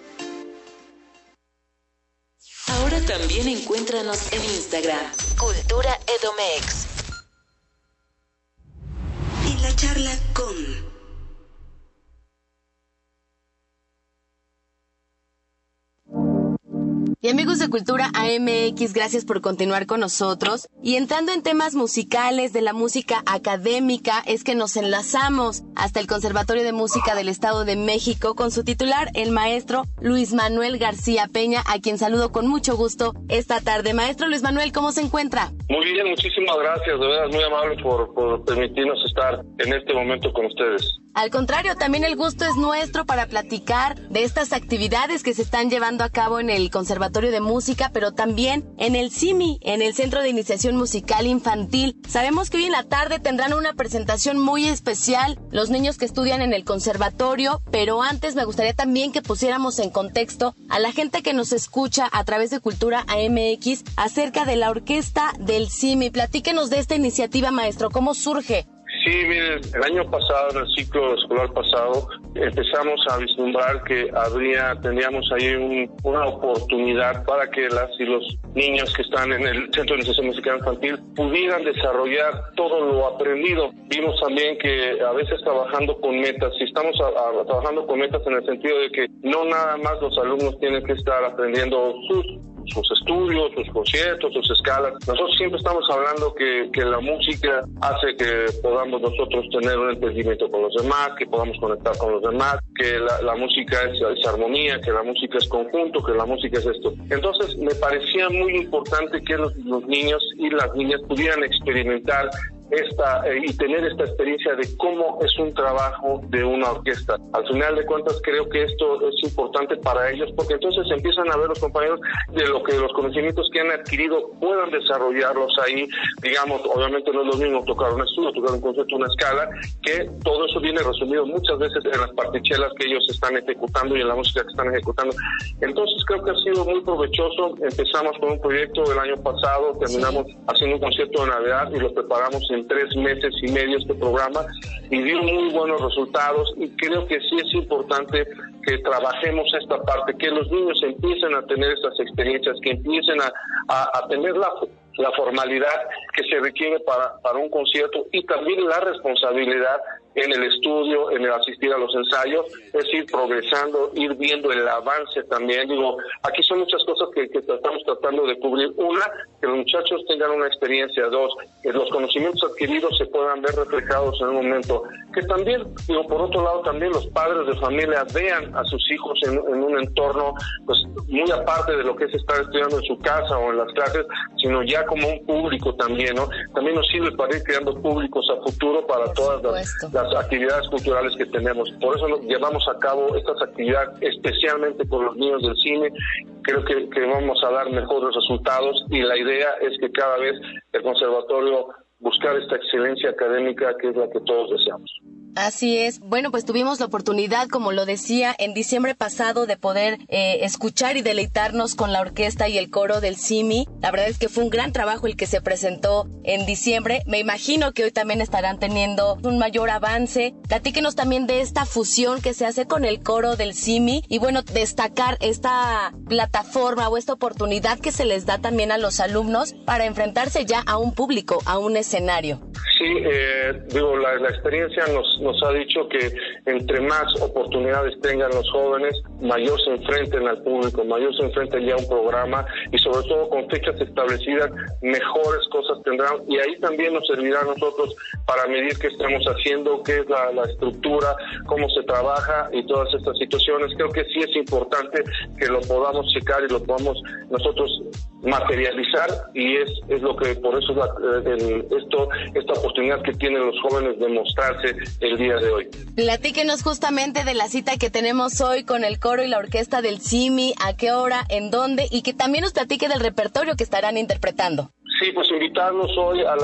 Ahora también encuéntranos en Instagram, Cultura Edomex. En la charla con... Y amigos de Cultura A M X, gracias por continuar con nosotros. Y entrando en temas musicales de la música académica, es que nos enlazamos hasta el Conservatorio de Música del Estado de México con su titular, el maestro Luis Manuel García Peña, a quien saludo con mucho gusto esta tarde. Maestro Luis Manuel, ¿cómo se encuentra? Muy bien, muchísimas gracias, de verdad muy amable por, por permitirnos estar en este momento con ustedes. Al contrario, también el gusto es nuestro para platicar de estas actividades que se están llevando a cabo en el Conservatorio de Música, pero también en el C I M I, en el Centro de Iniciación Musical Infantil. Sabemos que hoy en la tarde tendrán una presentación muy especial los niños que estudian en el conservatorio, pero antes me gustaría también que pusiéramos en contexto a la gente que nos escucha a través de Cultura A M X acerca de la orquesta del C I M I. Platíquenos de esta iniciativa, maestro, ¿cómo surge? Sí, miren, el año pasado, en el ciclo escolar pasado, empezamos a vislumbrar que habría, teníamos ahí un, una oportunidad para que las y los niños que están en el Centro de Iniciación Musical Infantil pudieran desarrollar todo lo aprendido. Vimos también que a veces trabajando con metas, si estamos a, a, trabajando con metas en el sentido de que no nada más los alumnos tienen que estar aprendiendo sus sus estudios, sus conciertos, sus escalas. Nosotros siempre estamos hablando que, que la música hace que podamos nosotros tener un entendimiento con los demás, que podamos conectar con los demás, que la, la música es, es armonía, que la música es conjunto, que la música es esto. Entonces me parecía muy importante que los, los niños y las niñas pudieran experimentar esta eh, y tener esta experiencia de cómo es un trabajo de una orquesta. Al final de cuentas creo que esto es importante para ellos porque entonces empiezan a ver los compañeros de lo que los conocimientos que han adquirido puedan desarrollarlos ahí. Digamos, obviamente no es lo mismo tocar un estudio, tocar un concepto, una escala, que todo eso viene resumido muchas veces en las partichelas que ellos están ejecutando y en la música que están ejecutando. Entonces creo que ha sido muy provechoso. Empezamos con un proyecto el año pasado, terminamos sí. haciendo un concierto de Navidad y lo preparamos en en tres meses y medio este programa y dio muy buenos resultados y creo que sí es importante que trabajemos esta parte, que los niños empiecen a tener estas experiencias, que empiecen a, a, a tener la, la formalidad que se requiere para, para un concierto y también la responsabilidad en el estudio, en el asistir a los ensayos, es ir progresando, ir viendo el avance también. Digo, aquí son muchas cosas que, que estamos tratando de cubrir. Una, que los muchachos tengan una experiencia. Dos, que los conocimientos adquiridos se puedan ver reflejados en un momento. Que también, digo, por otro lado, también los padres de familia vean a sus hijos en, en un entorno, pues, muy aparte de lo que es estar estudiando en su casa o en las clases, sino ya como un público también, ¿no? También nos sirve para ir creando públicos a futuro para por todas las, las actividades culturales que tenemos. Por eso llevamos a cabo estas actividades especialmente con los niños del cine. Creo que, que vamos a dar mejores resultados y la idea es que cada vez el conservatorio buscar esta excelencia académica que es la que todos deseamos. Así es. Bueno, pues tuvimos la oportunidad, como lo decía, en diciembre pasado de poder eh, escuchar y deleitarnos con la orquesta y el coro del C I M I. La verdad es que fue un gran trabajo el que se presentó en diciembre. Me imagino que hoy también estarán teniendo un mayor avance. Platíquenos también de esta fusión que se hace con el coro del C I M I y bueno, destacar esta plataforma o esta oportunidad que se les da también a los alumnos para enfrentarse ya a un público, a un escenario. Sí, eh, digo, la, la experiencia nos, nos ha dicho que entre más oportunidades tengan los jóvenes, mayor se enfrenten al público, mayor se enfrenten ya a un programa y sobre todo con fechas establecidas, mejores cosas tendrán y ahí también nos servirá a nosotros para medir qué estamos haciendo, qué es la, la estructura, cómo se trabaja y todas estas situaciones. Creo que sí es importante que lo podamos checar y lo podamos nosotros materializar y es, es lo que por eso es la, el, esto, esta oportunidad que tienen los jóvenes de mostrarse el día de hoy. Platíquenos justamente de la cita que tenemos hoy con el coro y la orquesta del C I M I, a qué hora, en dónde y que también nos platique del repertorio que estarán interpretando. Sí, pues invitarlos hoy a las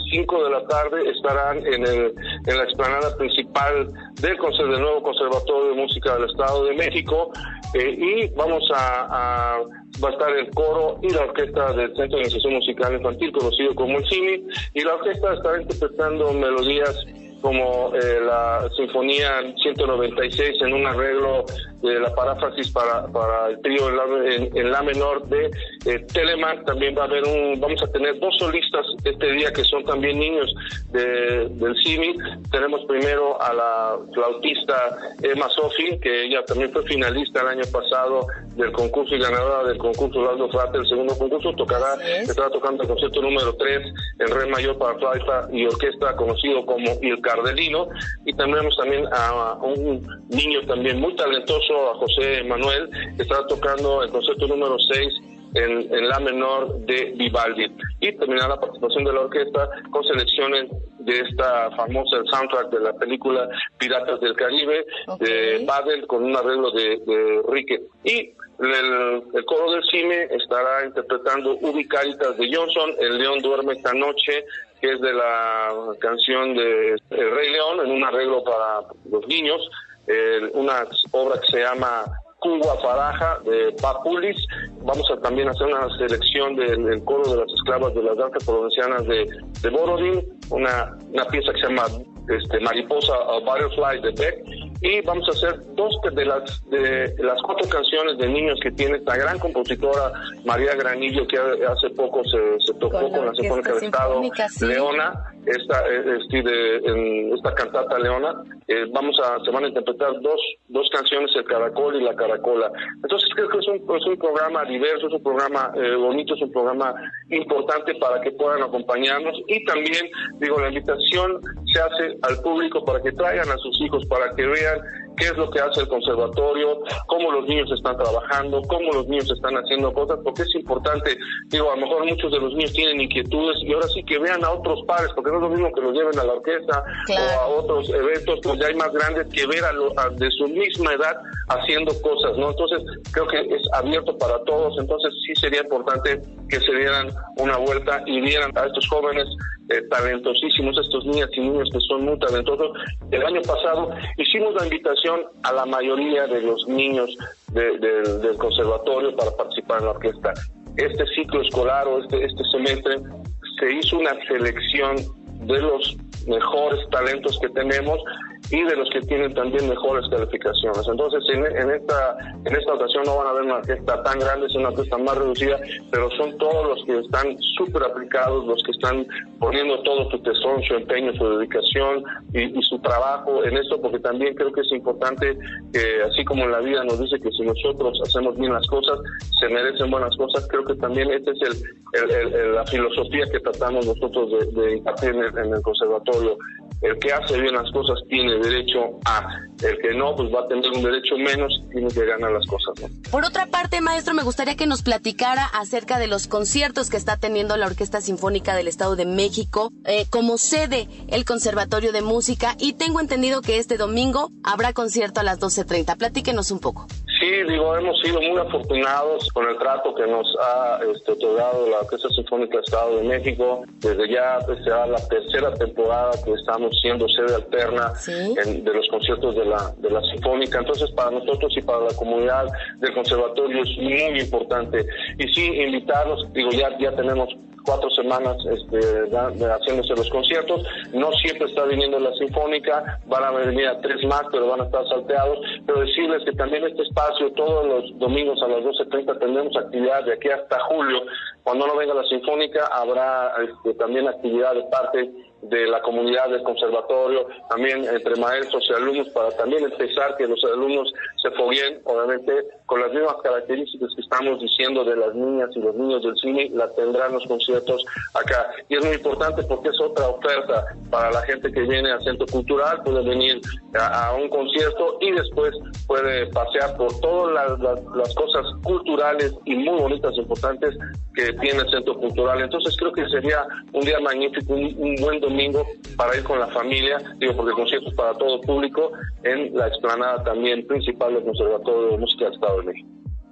cinco de la tarde estarán en, el, en la explanada principal del, del nuevo Conservatorio de Música del Estado de México, eh, y vamos a, a va a estar el coro y la orquesta del Centro de Iniciación Musical Infantil, conocido como el C I M I, y la orquesta estará interpretando melodías como eh, la Sinfonía ciento noventa y seis en un arreglo de la paráfrasis para, para el trío en la, en, en la menor de eh, Telemann. También va a haber un, vamos a tener dos solistas este día que son también niños de, del C I M I. Tenemos primero a la flautista Emma Sofi, que ella también fue finalista el año pasado del concurso y ganadora del concurso Osvaldo Frater, el segundo concurso. Tocará, estará tocando el concierto número tres en re mayor para flauta y orquesta, conocido como Il Cardelino. Y tenemos también a un niño también muy talentoso, a José Manuel, que estará tocando el concierto número seis en, en la menor de Vivaldi. Y terminará la participación de la orquesta con selecciones de esta famosa, el soundtrack de la película Piratas del Caribe, okay, de Badel, con un arreglo de, de Rique. Y el, el coro del C I M I estará interpretando Ubi Caritas de Johnson, El León Duerme Esta Noche, que es de la canción de El Rey León, en un arreglo para los niños, eh, una obra que se llama Cuba Faraja de Papulis. Vamos a también hacer una selección del, del coro de las esclavas de las danzas provincianas de, de Borodín, una, una pieza que se llama este, Mariposa o Butterfly de Beck, y vamos a hacer dos de las de las cuatro canciones de niños que tiene esta gran compositora María Granillo, que hace poco se, se tocó con, con la Sinfónica del Estado, sí. Leona, esta, este, de, en esta cantata Leona. Eh, vamos a, se van a interpretar dos, dos canciones, el Caracol y la Caracola. Entonces creo que es un, es un programa diverso, es un programa eh, bonito, es un programa importante para que puedan acompañarnos. Y también, digo, la invitación se hace al público para que traigan a sus hijos, para que vean qué es lo que hace el conservatorio, cómo los niños están trabajando, cómo los niños están haciendo cosas, porque es importante. Digo, a lo mejor muchos de los niños tienen inquietudes y ahora sí que vean a otros padres, porque no es lo mismo que los lleven a la orquesta, claro, o a otros eventos, pues ya hay más grandes que ver a, lo, a de su misma edad haciendo cosas, ¿no? Entonces creo que es abierto para todos. Entonces sí sería importante que se dieran una vuelta y vieran a estos jóvenes eh, talentosísimos, estos niñas y niños que son muy talentosos. El año pasado hicimos la invitación a la mayoría de los niños de, de, del conservatorio para participar en la orquesta. Este ciclo escolar o este, este semestre se hizo una selección de los mejores talentos que tenemos y de los que tienen también mejores calificaciones. Entonces, en, en esta en esta ocasión no van a ver una orquesta tan grande, es una orquesta más reducida, pero son todos los que están súper aplicados, los que están poniendo todo su tesón, su empeño, su dedicación y, y su trabajo en esto, porque también creo que es importante que, así como en la vida nos dice que si nosotros hacemos bien las cosas, se merecen buenas cosas, creo que también esta es el, el, el, la filosofía que tratamos nosotros de, de impartir en el, en el conservatorio. El que hace bien las cosas tiene derecho a, el que no, pues va a tener un derecho menos y tiene que ganar las cosas, ¿no? Por otra parte, maestro, me gustaría que nos platicara acerca de los conciertos que está teniendo la Orquesta Sinfónica del Estado de México eh, como sede el Conservatorio de Música, y tengo entendido que este domingo habrá concierto a las doce treinta. Platíquenos un poco. Sí, digo, hemos sido muy afortunados con el trato que nos ha este, otorgado la Orquesta Sinfónica del Estado de México. Desde ya pues, será la tercera temporada que estamos siendo sede alterna, ¿sí?, en, de los conciertos de la de la Sinfónica. Entonces, para nosotros y para la comunidad del conservatorio es muy importante. Y sí, invitarlos, digo, ya, ya tenemos cuatro semanas este, da, de, haciéndose los conciertos. No siempre está viniendo la Sinfónica, van a venir a tres más, pero van a estar salteados. Pero decirles que también este espacio, todos los domingos a las doce treinta tendremos actividad de aquí hasta julio. Cuando no venga la Sinfónica, habrá este, también actividad de parte de la comunidad del conservatorio, también entre maestros y alumnos, para también empezar que los alumnos se fogueen, obviamente, con las mismas características que estamos diciendo de las niñas y los niños del cine, la tendrán los conciertos acá. Y es muy importante porque es otra oferta para la gente que viene al Centro Cultural, puede venir a, a un concierto y después puede pasear por todas las, las, las cosas culturales y muy bonitas, importantes que tiene el Centro Cultural. Entonces creo que sería un día magnífico, un, un buen domingo para ir con la familia, digo, porque el concierto es para todo público en la explanada también principal del Conservatorio de Música del Estado de México.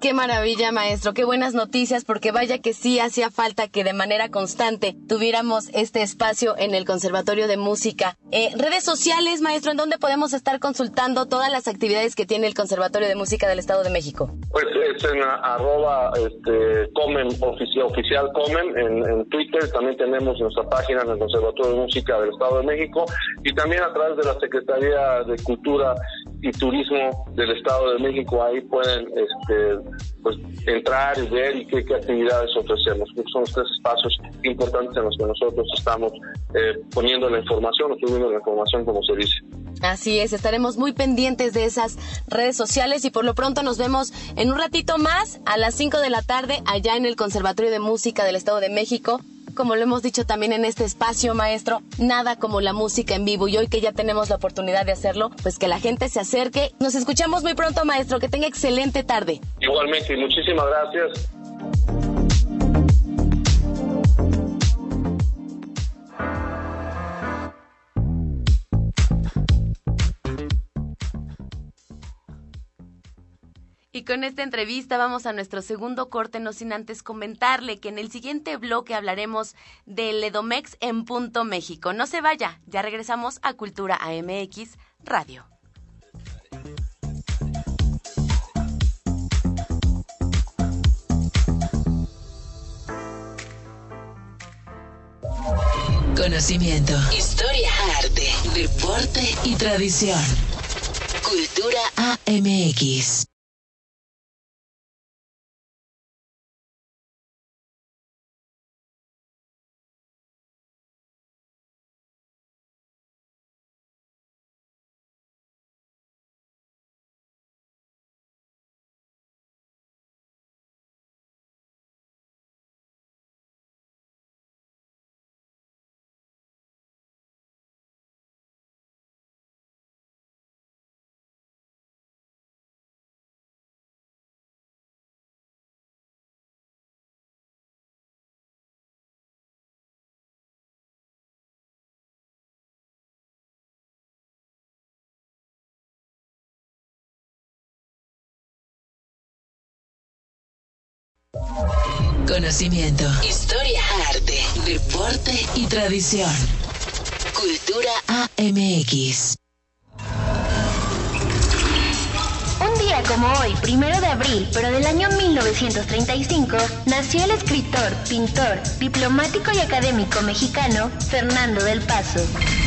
Qué maravilla, maestro, qué buenas noticias, porque vaya que sí hacía falta que de manera constante tuviéramos este espacio en el Conservatorio de Música. Eh, redes sociales, maestro, ¿en dónde podemos estar consultando todas las actividades que tiene el Conservatorio de Música del Estado de México? Pues es en arroba este, Comen, oficial, oficial Comen, en, en Twitter. También tenemos nuestra página en el Conservatorio de Música del Estado de México, y también a través de la Secretaría de Cultura y Turismo del Estado de México. Ahí pueden este, pues entrar y ver y qué, qué actividades ofrecemos. Son los tres espacios importantes en los que nosotros estamos eh, poniendo la información o subiendo la información, como se dice. Así es, estaremos muy pendientes de esas redes sociales, y por lo pronto nos vemos en un ratito más a las cinco de la tarde allá en el Conservatorio de Música del Estado de México. Como lo hemos dicho también en este espacio, maestro, nada como la música en vivo, y hoy que ya tenemos la oportunidad de hacerlo, pues que la gente se acerque. Nos escuchamos muy pronto, maestro, que tenga excelente tarde. Igualmente, muchísimas gracias. Y con esta entrevista vamos a nuestro segundo corte, no sin antes comentarle que en el siguiente bloque hablaremos del Edomex en Punto México. No se vaya, ya regresamos a Cultura A M X Radio. Conocimiento, historia, arte, deporte y tradición. Cultura A M X. Conocimiento, historia, arte, deporte y tradición. Cultura A M X. Un día como hoy, primero de abril, pero del año mil novecientos treinta y cinco, nació el escritor, pintor, diplomático y académico mexicano Fernando del Paso,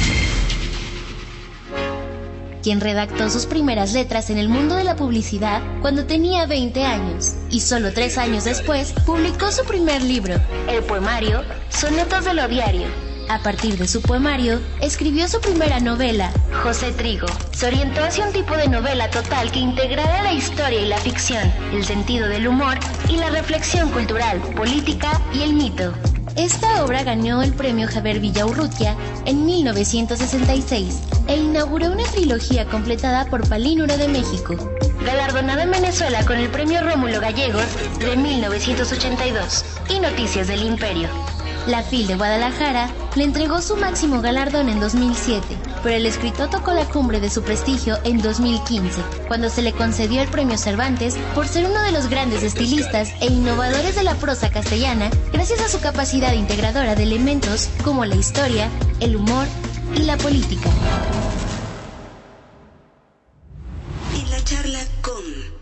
quien redactó sus primeras letras en el mundo de la publicidad cuando tenía veinte años, y solo tres años después publicó su primer libro, el poemario Sonetos de lo Diario. A partir de su poemario, escribió su primera novela, José Trigo. Se orientó hacia un tipo de novela total que integrara la historia y la ficción, el sentido del humor y la reflexión cultural, política y el mito. Esta obra ganó el premio Javier Villaurrutia en mil novecientos sesenta y seis e inauguró una trilogía completada por Palínuro de México. Galardonada en Venezuela con el premio Rómulo Gallegos de mil novecientos ochenta y dos y Noticias del Imperio. La F I L de Guadalajara le entregó su máximo galardón en dos mil siete, pero el escritor tocó la cumbre de su prestigio en dos mil quince, cuando se le concedió el premio Cervantes por ser uno de los grandes estilistas e innovadores de la prosa castellana, gracias a su capacidad integradora de elementos como la historia, el humor y la política. En la charla con...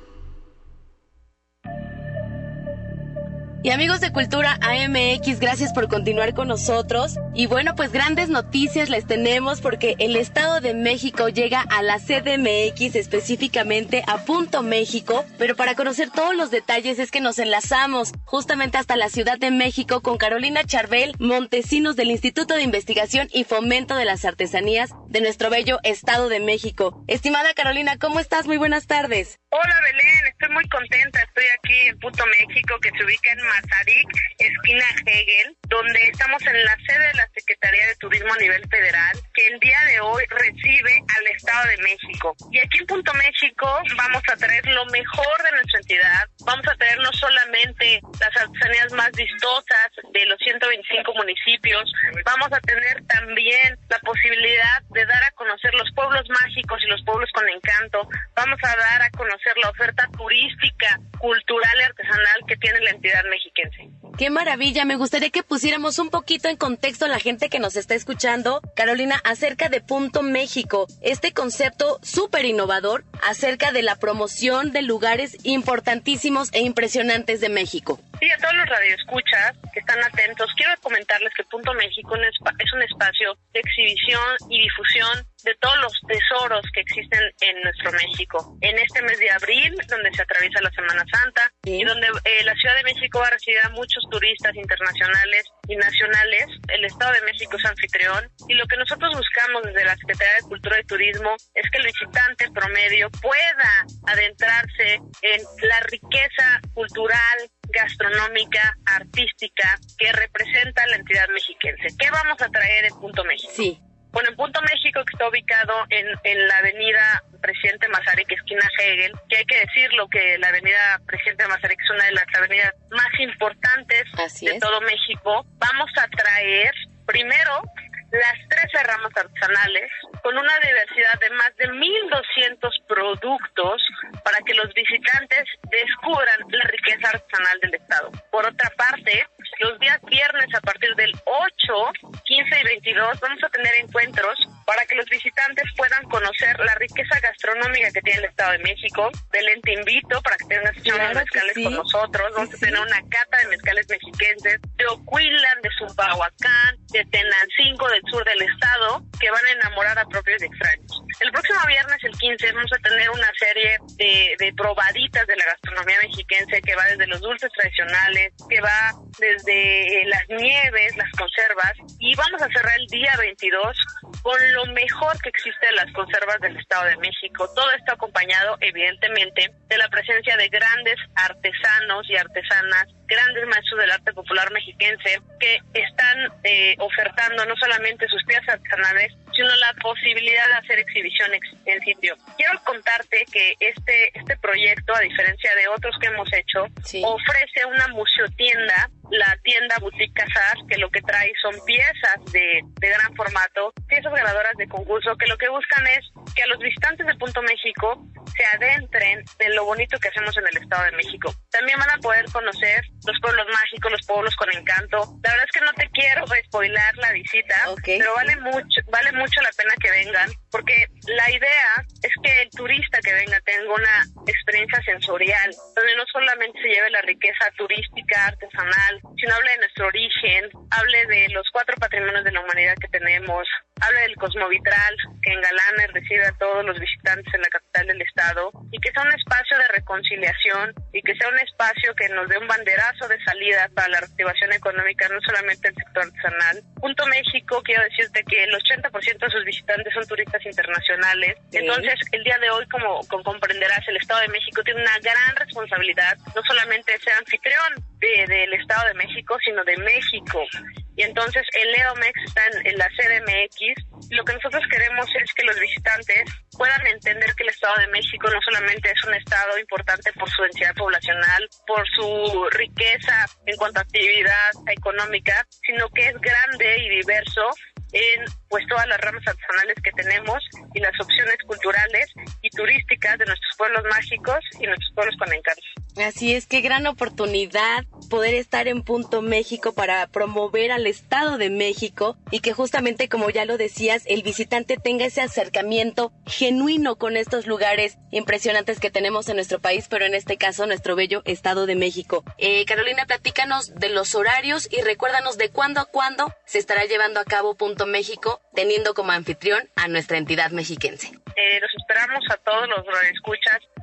Y amigos de Cultura A M X, gracias por continuar con nosotros. Y bueno, pues grandes noticias les tenemos, porque el Estado de México llega a la C D M X, específicamente a Punto México. Pero para conocer todos los detalles es que nos enlazamos justamente hasta la Ciudad de México con Carolina Charbel Montesinos del Instituto de Investigación y Fomento de las Artesanías de nuestro bello Estado de México. Estimada Carolina, ¿cómo estás? Muy buenas tardes. Hola Belén, estoy muy contenta. Estoy aquí en Punto México, que se ubica en Mazarik, esquina Hegel, donde estamos en la sede de la Secretaría de Turismo a nivel federal, que que el día de hoy recibe al Estado de México. Y aquí en Punto México vamos a traer lo mejor de nuestra entidad. Vamos a traer no solamente las artesanías más vistosas de los ciento veinticinco municipios, vamos a tener también la posibilidad de dar a conocer los pueblos mágicos y los pueblos con encanto. Vamos a dar a conocer la oferta turística, cultural y artesanal que tiene la entidad mexiquense. ¡Qué maravilla! Me gustaría que pusiéramos un poquito en contexto a la gente que nos está escuchando, Carolina, acerca de Punto México, este concepto súper innovador acerca de la promoción de lugares importantísimos e impresionantes de México. Sí, a todos los radioescuchas que están atentos, quiero comentarles que Punto México es un espacio de exhibición y difusión de todos los tesoros que existen en nuestro México. En este mes de abril, donde se atraviesa la Semana Santa, ¿sí? Y donde eh, la Ciudad de México va a recibir a muchos turistas internacionales y nacionales, el Estado de México es anfitrión, y lo que nosotros buscamos desde la Secretaría de Cultura y Turismo es que el visitante promedio pueda adentrarse en la riqueza cultural, gastronómica, artística que representa la entidad mexiquense. ¿Qué vamos a traer en Punto México? Sí. Bueno, en Punto México, que está ubicado en, en la avenida Presidente Mazarik, esquina Hegel, que hay que decirlo que la avenida Presidente Mazarik es una de las avenidas más importantes Así de es. todo México. Vamos a traer, primero, las trece ramas artesanales, con una diversidad de más de mil doscientos productos para que los visitantes descubran la riqueza artesanal del estado. Por otra parte, los días viernes a partir del ocho, quince y veintidós vamos a tener encuentros para que los visitantes puedan conocer la riqueza gastronómica que tiene el Estado de México. Belén, te invito para que tengas unos Claro que mezcales sí. con nosotros. Vamos Sí, a tener sí. una cata de mezcales mexiquenses, de Ocuilan, de Zumpahuacán, de Tenancingo, del sur del estado, que van a enamorar a propios y extraños. El próximo viernes, el quince, vamos a tener una serie de, de probaditas de la gastronomía mexiquense que va desde los dulces tradicionales, que va desde eh, las nieves, las conservas, y vamos a cerrar el día veintidós con lo mejor que existe de las conservas del Estado de México. Todo esto acompañado, evidentemente, de la presencia de grandes artesanos y artesanas, grandes maestros del arte popular mexiquense, que están eh, ofertando no solamente sus piezas artesanales, sino la posibilidad de hacer exhibición ex en sitio. Quiero contarte que este este proyecto, a diferencia de otros que hemos hecho, Sí. ofrece una museotienda, la tienda Boutique Casar, que lo que trae son piezas de, de gran formato, piezas ganadoras de concurso, que lo que buscan es que a los visitantes de Punto México se adentren en lo bonito que hacemos en el Estado de México. También van a poder conocer los pueblos mágicos, los pueblos con encanto. La verdad es que no te quiero spoilar la visita, Okay. pero vale mucho, vale mucho la pena que vengan, porque la idea es que el turista que venga tenga una experiencia sensorial, donde no solamente se lleve la riqueza turística, artesanal, sino hable de nuestro origen, hable de los cuatro patrimonios de la humanidad que tenemos, hable del cosmovitral que engalana y recibe a todos los visitantes en la capital del estado, y que sea un espacio de reconciliación y que sea un espacio que nos dé un banderazo de salida para la reactivación económica, no solamente el sector artesanal. Punto México, quiero decirte que el ochenta por ciento de sus visitantes son turistas internacionales. Sí. Entonces, el día de hoy, como, como comprenderás, el Estado de México tiene una gran responsabilidad, no solamente de ser anfitrión de, del Estado de México, sino de México. Y entonces el EDOMEX está en, en la C D M X. Lo que nosotros queremos es que los visitantes puedan entender que el Estado de México no solamente es un estado importante por su densidad poblacional, por su riqueza en cuanto a actividad económica, sino que es grande y diverso en pues todas las ramas artesanales que tenemos y las opciones culturales y turísticas de nuestros pueblos mágicos y nuestros pueblos con encanto. Así es, qué gran oportunidad poder estar en Punto México para promover al Estado de México y que justamente, como ya lo decías, el visitante tenga ese acercamiento genuino con estos lugares impresionantes que tenemos en nuestro país, pero en este caso nuestro bello Estado de México. Eh, Carolina, platícanos de los horarios y recuérdanos de cuándo a cuándo se estará llevando a cabo Punto México, teniendo como anfitrión a nuestra entidad mexiquense. Eh, los esperamos a todos los radioescuchas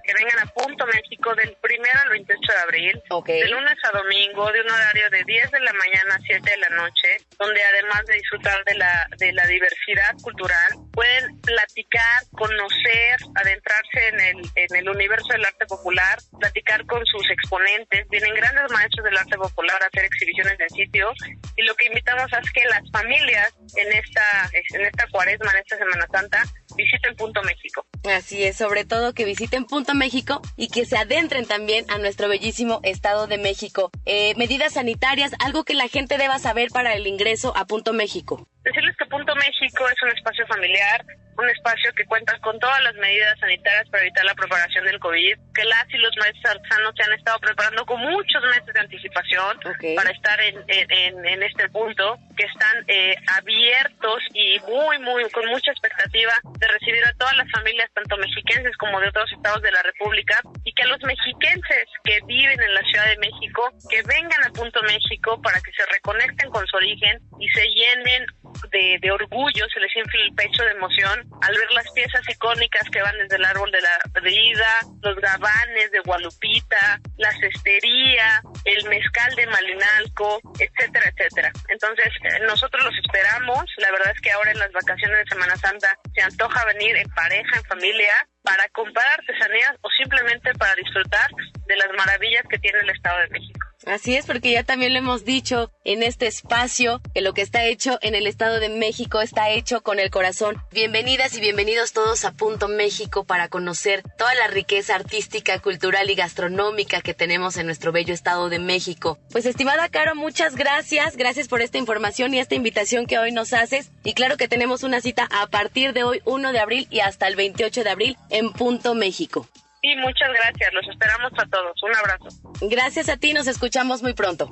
que vengan a Punto México del primero al veintiocho de abril, okay. de lunes a domingo, de un horario de diez de la mañana a siete de la noche, donde además de disfrutar de la, de la diversidad cultural, pueden platicar, conocer, adentrarse en el, en el universo del arte popular, platicar con sus exponentes. Vienen grandes maestros del arte popular a hacer exhibiciones en sitio, y lo que invitamos es que las familias en esta, en esta cuaresma, en esta Semana Santa, visiten Punto México. Así es, sobre todo que visiten Punto México y que se adentren también a nuestro bellísimo Estado de México. Eh, medidas sanitarias, algo que la gente deba saber para el ingreso a Punto México. Decirles que Punto México es un espacio familiar, un espacio que cuenta con todas las medidas sanitarias para evitar la propagación del COVID, que las y los maestros artesanos se han estado preparando con muchos meses de anticipación okay. para estar en, en, en este punto, que están eh, abiertos y muy, muy, con mucha expectativa de recibir a todas las familias, tanto mexiquenses como de otros estados de la República, y que a los mexiquenses que viven en la Ciudad de México, que vengan a Punto México para que se reconecten con su origen y se llenen de, de orgullo, se les infla el pecho de emoción al ver las piezas icónicas que van desde el árbol de la vida, los gabanes de Gualupita, la cestería, el mezcal de Malinalco, etcétera, etcétera. Entonces, eh, nosotros los esperamos. La verdad es que ahora en las vacaciones de Semana Santa se antoja venir en pareja, en familia, para comprar artesanías o simplemente para disfrutar de las maravillas que tiene el Estado de México. Así es, porque ya también lo hemos dicho en este espacio, que lo que está hecho en el Estado de México está hecho con el corazón. Bienvenidas y bienvenidos todos a Punto México para conocer toda la riqueza artística, cultural y gastronómica que tenemos en nuestro bello Estado de México. Pues estimada Caro, muchas gracias, gracias por esta información y esta invitación que hoy nos haces. Y claro que tenemos una cita a partir de hoy, primero de abril y hasta el veintiocho de abril en Punto México. Sí, muchas gracias, los esperamos a todos. Un abrazo. Gracias a ti, nos escuchamos muy pronto.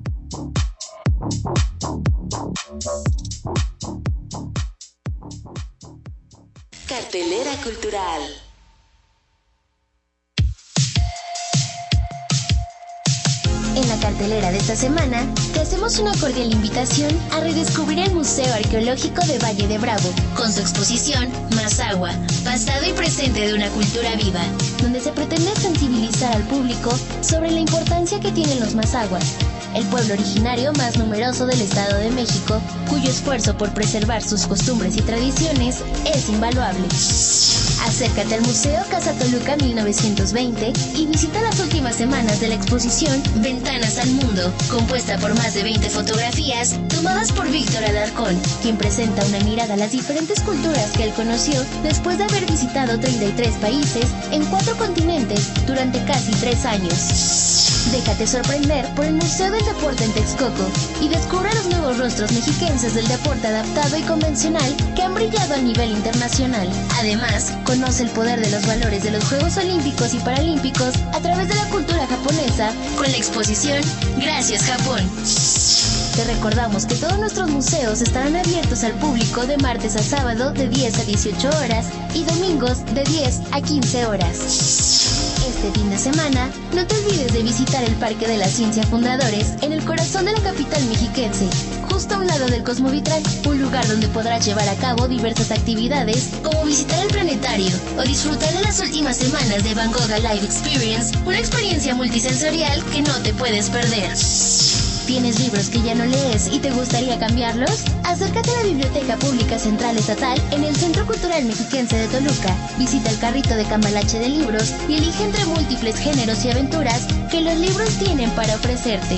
Cartelera cultural. En la cartelera de esta semana, te hacemos una cordial invitación a redescubrir el Museo Arqueológico de Valle de Bravo, con su exposición Mazahua, pasado y presente de una cultura viva, donde se pretende sensibilizar al público sobre la importancia que tienen los mazahuas, el pueblo originario más numeroso del Estado de México, cuyo esfuerzo por preservar sus costumbres y tradiciones es invaluable. Acércate al Museo Casa Toluca mil novecientos veinte y visita las últimas semanas de la exposición Ventanas al Mundo, compuesta por más de veinte fotografías tomadas por Víctor Alarcón, quien presenta una mirada a las diferentes culturas que él conoció después de haber visitado treinta y tres países en cuatro continentes durante casi tres años. Déjate sorprender por el Museo del Deporte en Texcoco y descubre los nuevos rostros mexiquenses del deporte adaptado y convencional que han brillado a nivel internacional. Además, conoce el poder de los valores de los Juegos Olímpicos y Paralímpicos a través de la cultura japonesa con la exposición Gracias Japón. Te recordamos que todos nuestros museos estarán abiertos al público de martes a sábado de diez a dieciocho horas y domingos de diez a quince horas. Este fin de semana, no te olvides de visitar el Parque de la Ciencia Fundadores en el corazón de la capital mexiquense, justo a un lado del Cosmovitral, un lugar donde podrás llevar a cabo diversas actividades como visitar el planetario o disfrutar de las últimas semanas de Van Gogh Live Experience, una experiencia multisensorial que no te puedes perder. ¿Tienes libros que ya no lees y te gustaría cambiarlos? Acércate a la Biblioteca Pública Central Estatal en el Centro Cultural Mexiquense de Toluca. Visita el carrito de cambalache de libros y elige entre múltiples géneros y aventuras que los libros tienen para ofrecerte.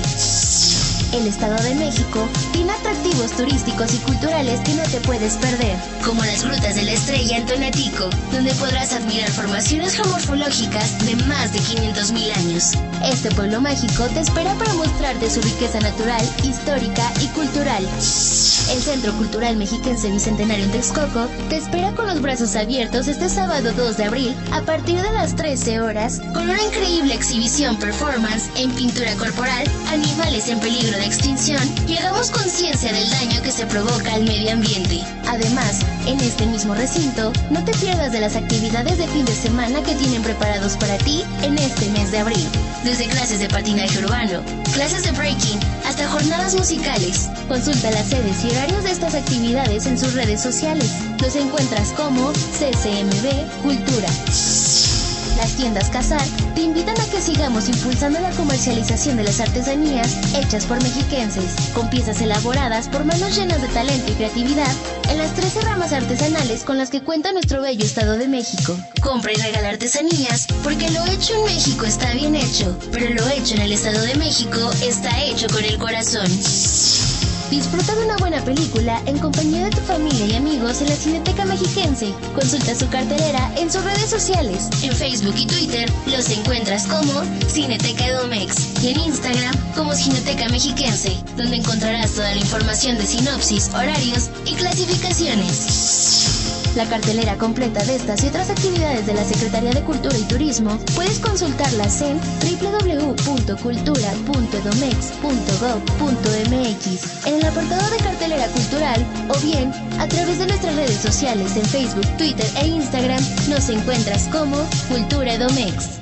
El Estado de México tiene atractivos turísticos y culturales que no te puedes perder, como las Grutas de la Estrella en Tonatico, donde podrás admirar formaciones geomorfológicas de más de quinientos mil años. Este pueblo mágico te espera para mostrarte su riqueza natural, histórica y cultural. El Centro Cultural Mexiquense Bicentenario en Texcoco te espera con los brazos abiertos este sábado dos de abril a partir de las trece horas con una increíble exhibición performance en pintura corporal, animales en peligro de extinción y hagamos conciencia del daño que se provoca al medio ambiente. Además, en este mismo recinto, no te pierdas de las actividades de fin de semana que tienen preparados para ti en este mes de abril. Desde clases de patinaje urbano, clases de breaking, hasta jornadas musicales. Consulta las sedes y horarios de estas actividades en sus redes sociales. Los encuentras como C C M B Cultura. Las tiendas Cazar te invitan a que sigamos impulsando la comercialización de las artesanías hechas por mexiquenses, con piezas elaboradas por manos llenas de talento y creatividad en las trece ramas artesanales con las que cuenta nuestro bello Estado de México. Compra y regala artesanías, porque lo hecho en México está bien hecho, pero lo hecho en el Estado de México está hecho con el corazón. Disfruta de una buena película en compañía de tu familia y amigos en la Cineteca Mexiquense. Consulta su cartelera en sus redes sociales. En Facebook y Twitter los encuentras como Cineteca Edomex y en Instagram como Cineteca Mexiquense, donde encontrarás toda la información de sinopsis, horarios y clasificaciones. La cartelera completa de estas y otras actividades de la Secretaría de Cultura y Turismo puedes consultarlas en doble u doble u doble u punto cultura punto edomex punto gob punto mx, en el apartado de cartelera cultural o bien a través de nuestras redes sociales en Facebook, Twitter e Instagram. Nos encuentras como Cultura Edomex.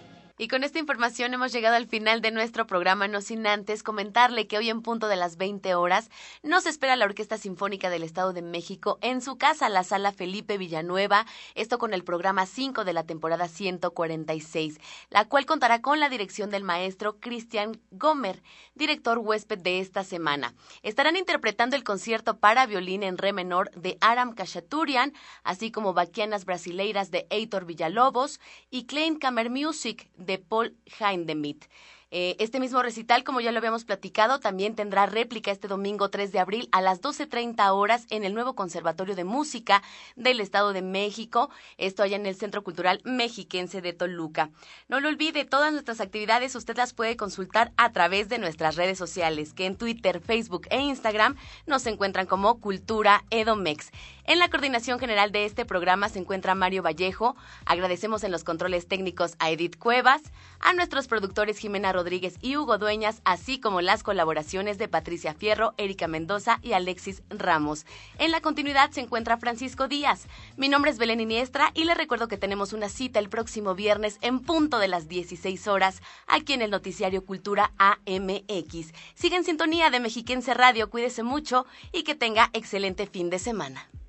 Y con esta información hemos llegado al final de nuestro programa, no sin antes comentarle que hoy en punto de las veinte horas nos espera la Orquesta Sinfónica del Estado de México en su casa, la Sala Felipe Villanueva, esto con el programa cinco de la temporada ciento cuarenta y seis, la cual contará con la dirección del maestro Cristian Gomer, director huésped de esta semana. Estarán interpretando el concierto para violín en re menor de Aram Khachaturian, así como Baquianas Brasileiras de Heitor Villalobos y Klein Kammermusik de de Paul Hindemith. Eh, este mismo recital, como ya lo habíamos platicado, también tendrá réplica este domingo tres de abril a las doce treinta horas en el nuevo Conservatorio de Música del Estado de México, esto allá en el Centro Cultural Mexiquense de Toluca. No lo olvide, todas nuestras actividades usted las puede consultar a través de nuestras redes sociales, que en Twitter, Facebook e Instagram nos encuentran como Cultura Edomex. En la coordinación general de este programa se encuentra Mario Vallejo. Agradecemos en los controles técnicos a Edith Cuevas, a nuestros productores Jimena Rodríguez y Hugo Dueñas, así como las colaboraciones de Patricia Fierro, Erika Mendoza y Alexis Ramos. En la continuidad se encuentra Francisco Díaz. Mi nombre es Belén Iniestra y les recuerdo que tenemos una cita el próximo viernes en punto de las dieciséis horas aquí en el noticiario Cultura A M X. Siga en sintonía de Mexiquense Radio, cuídese mucho y que tenga excelente fin de semana.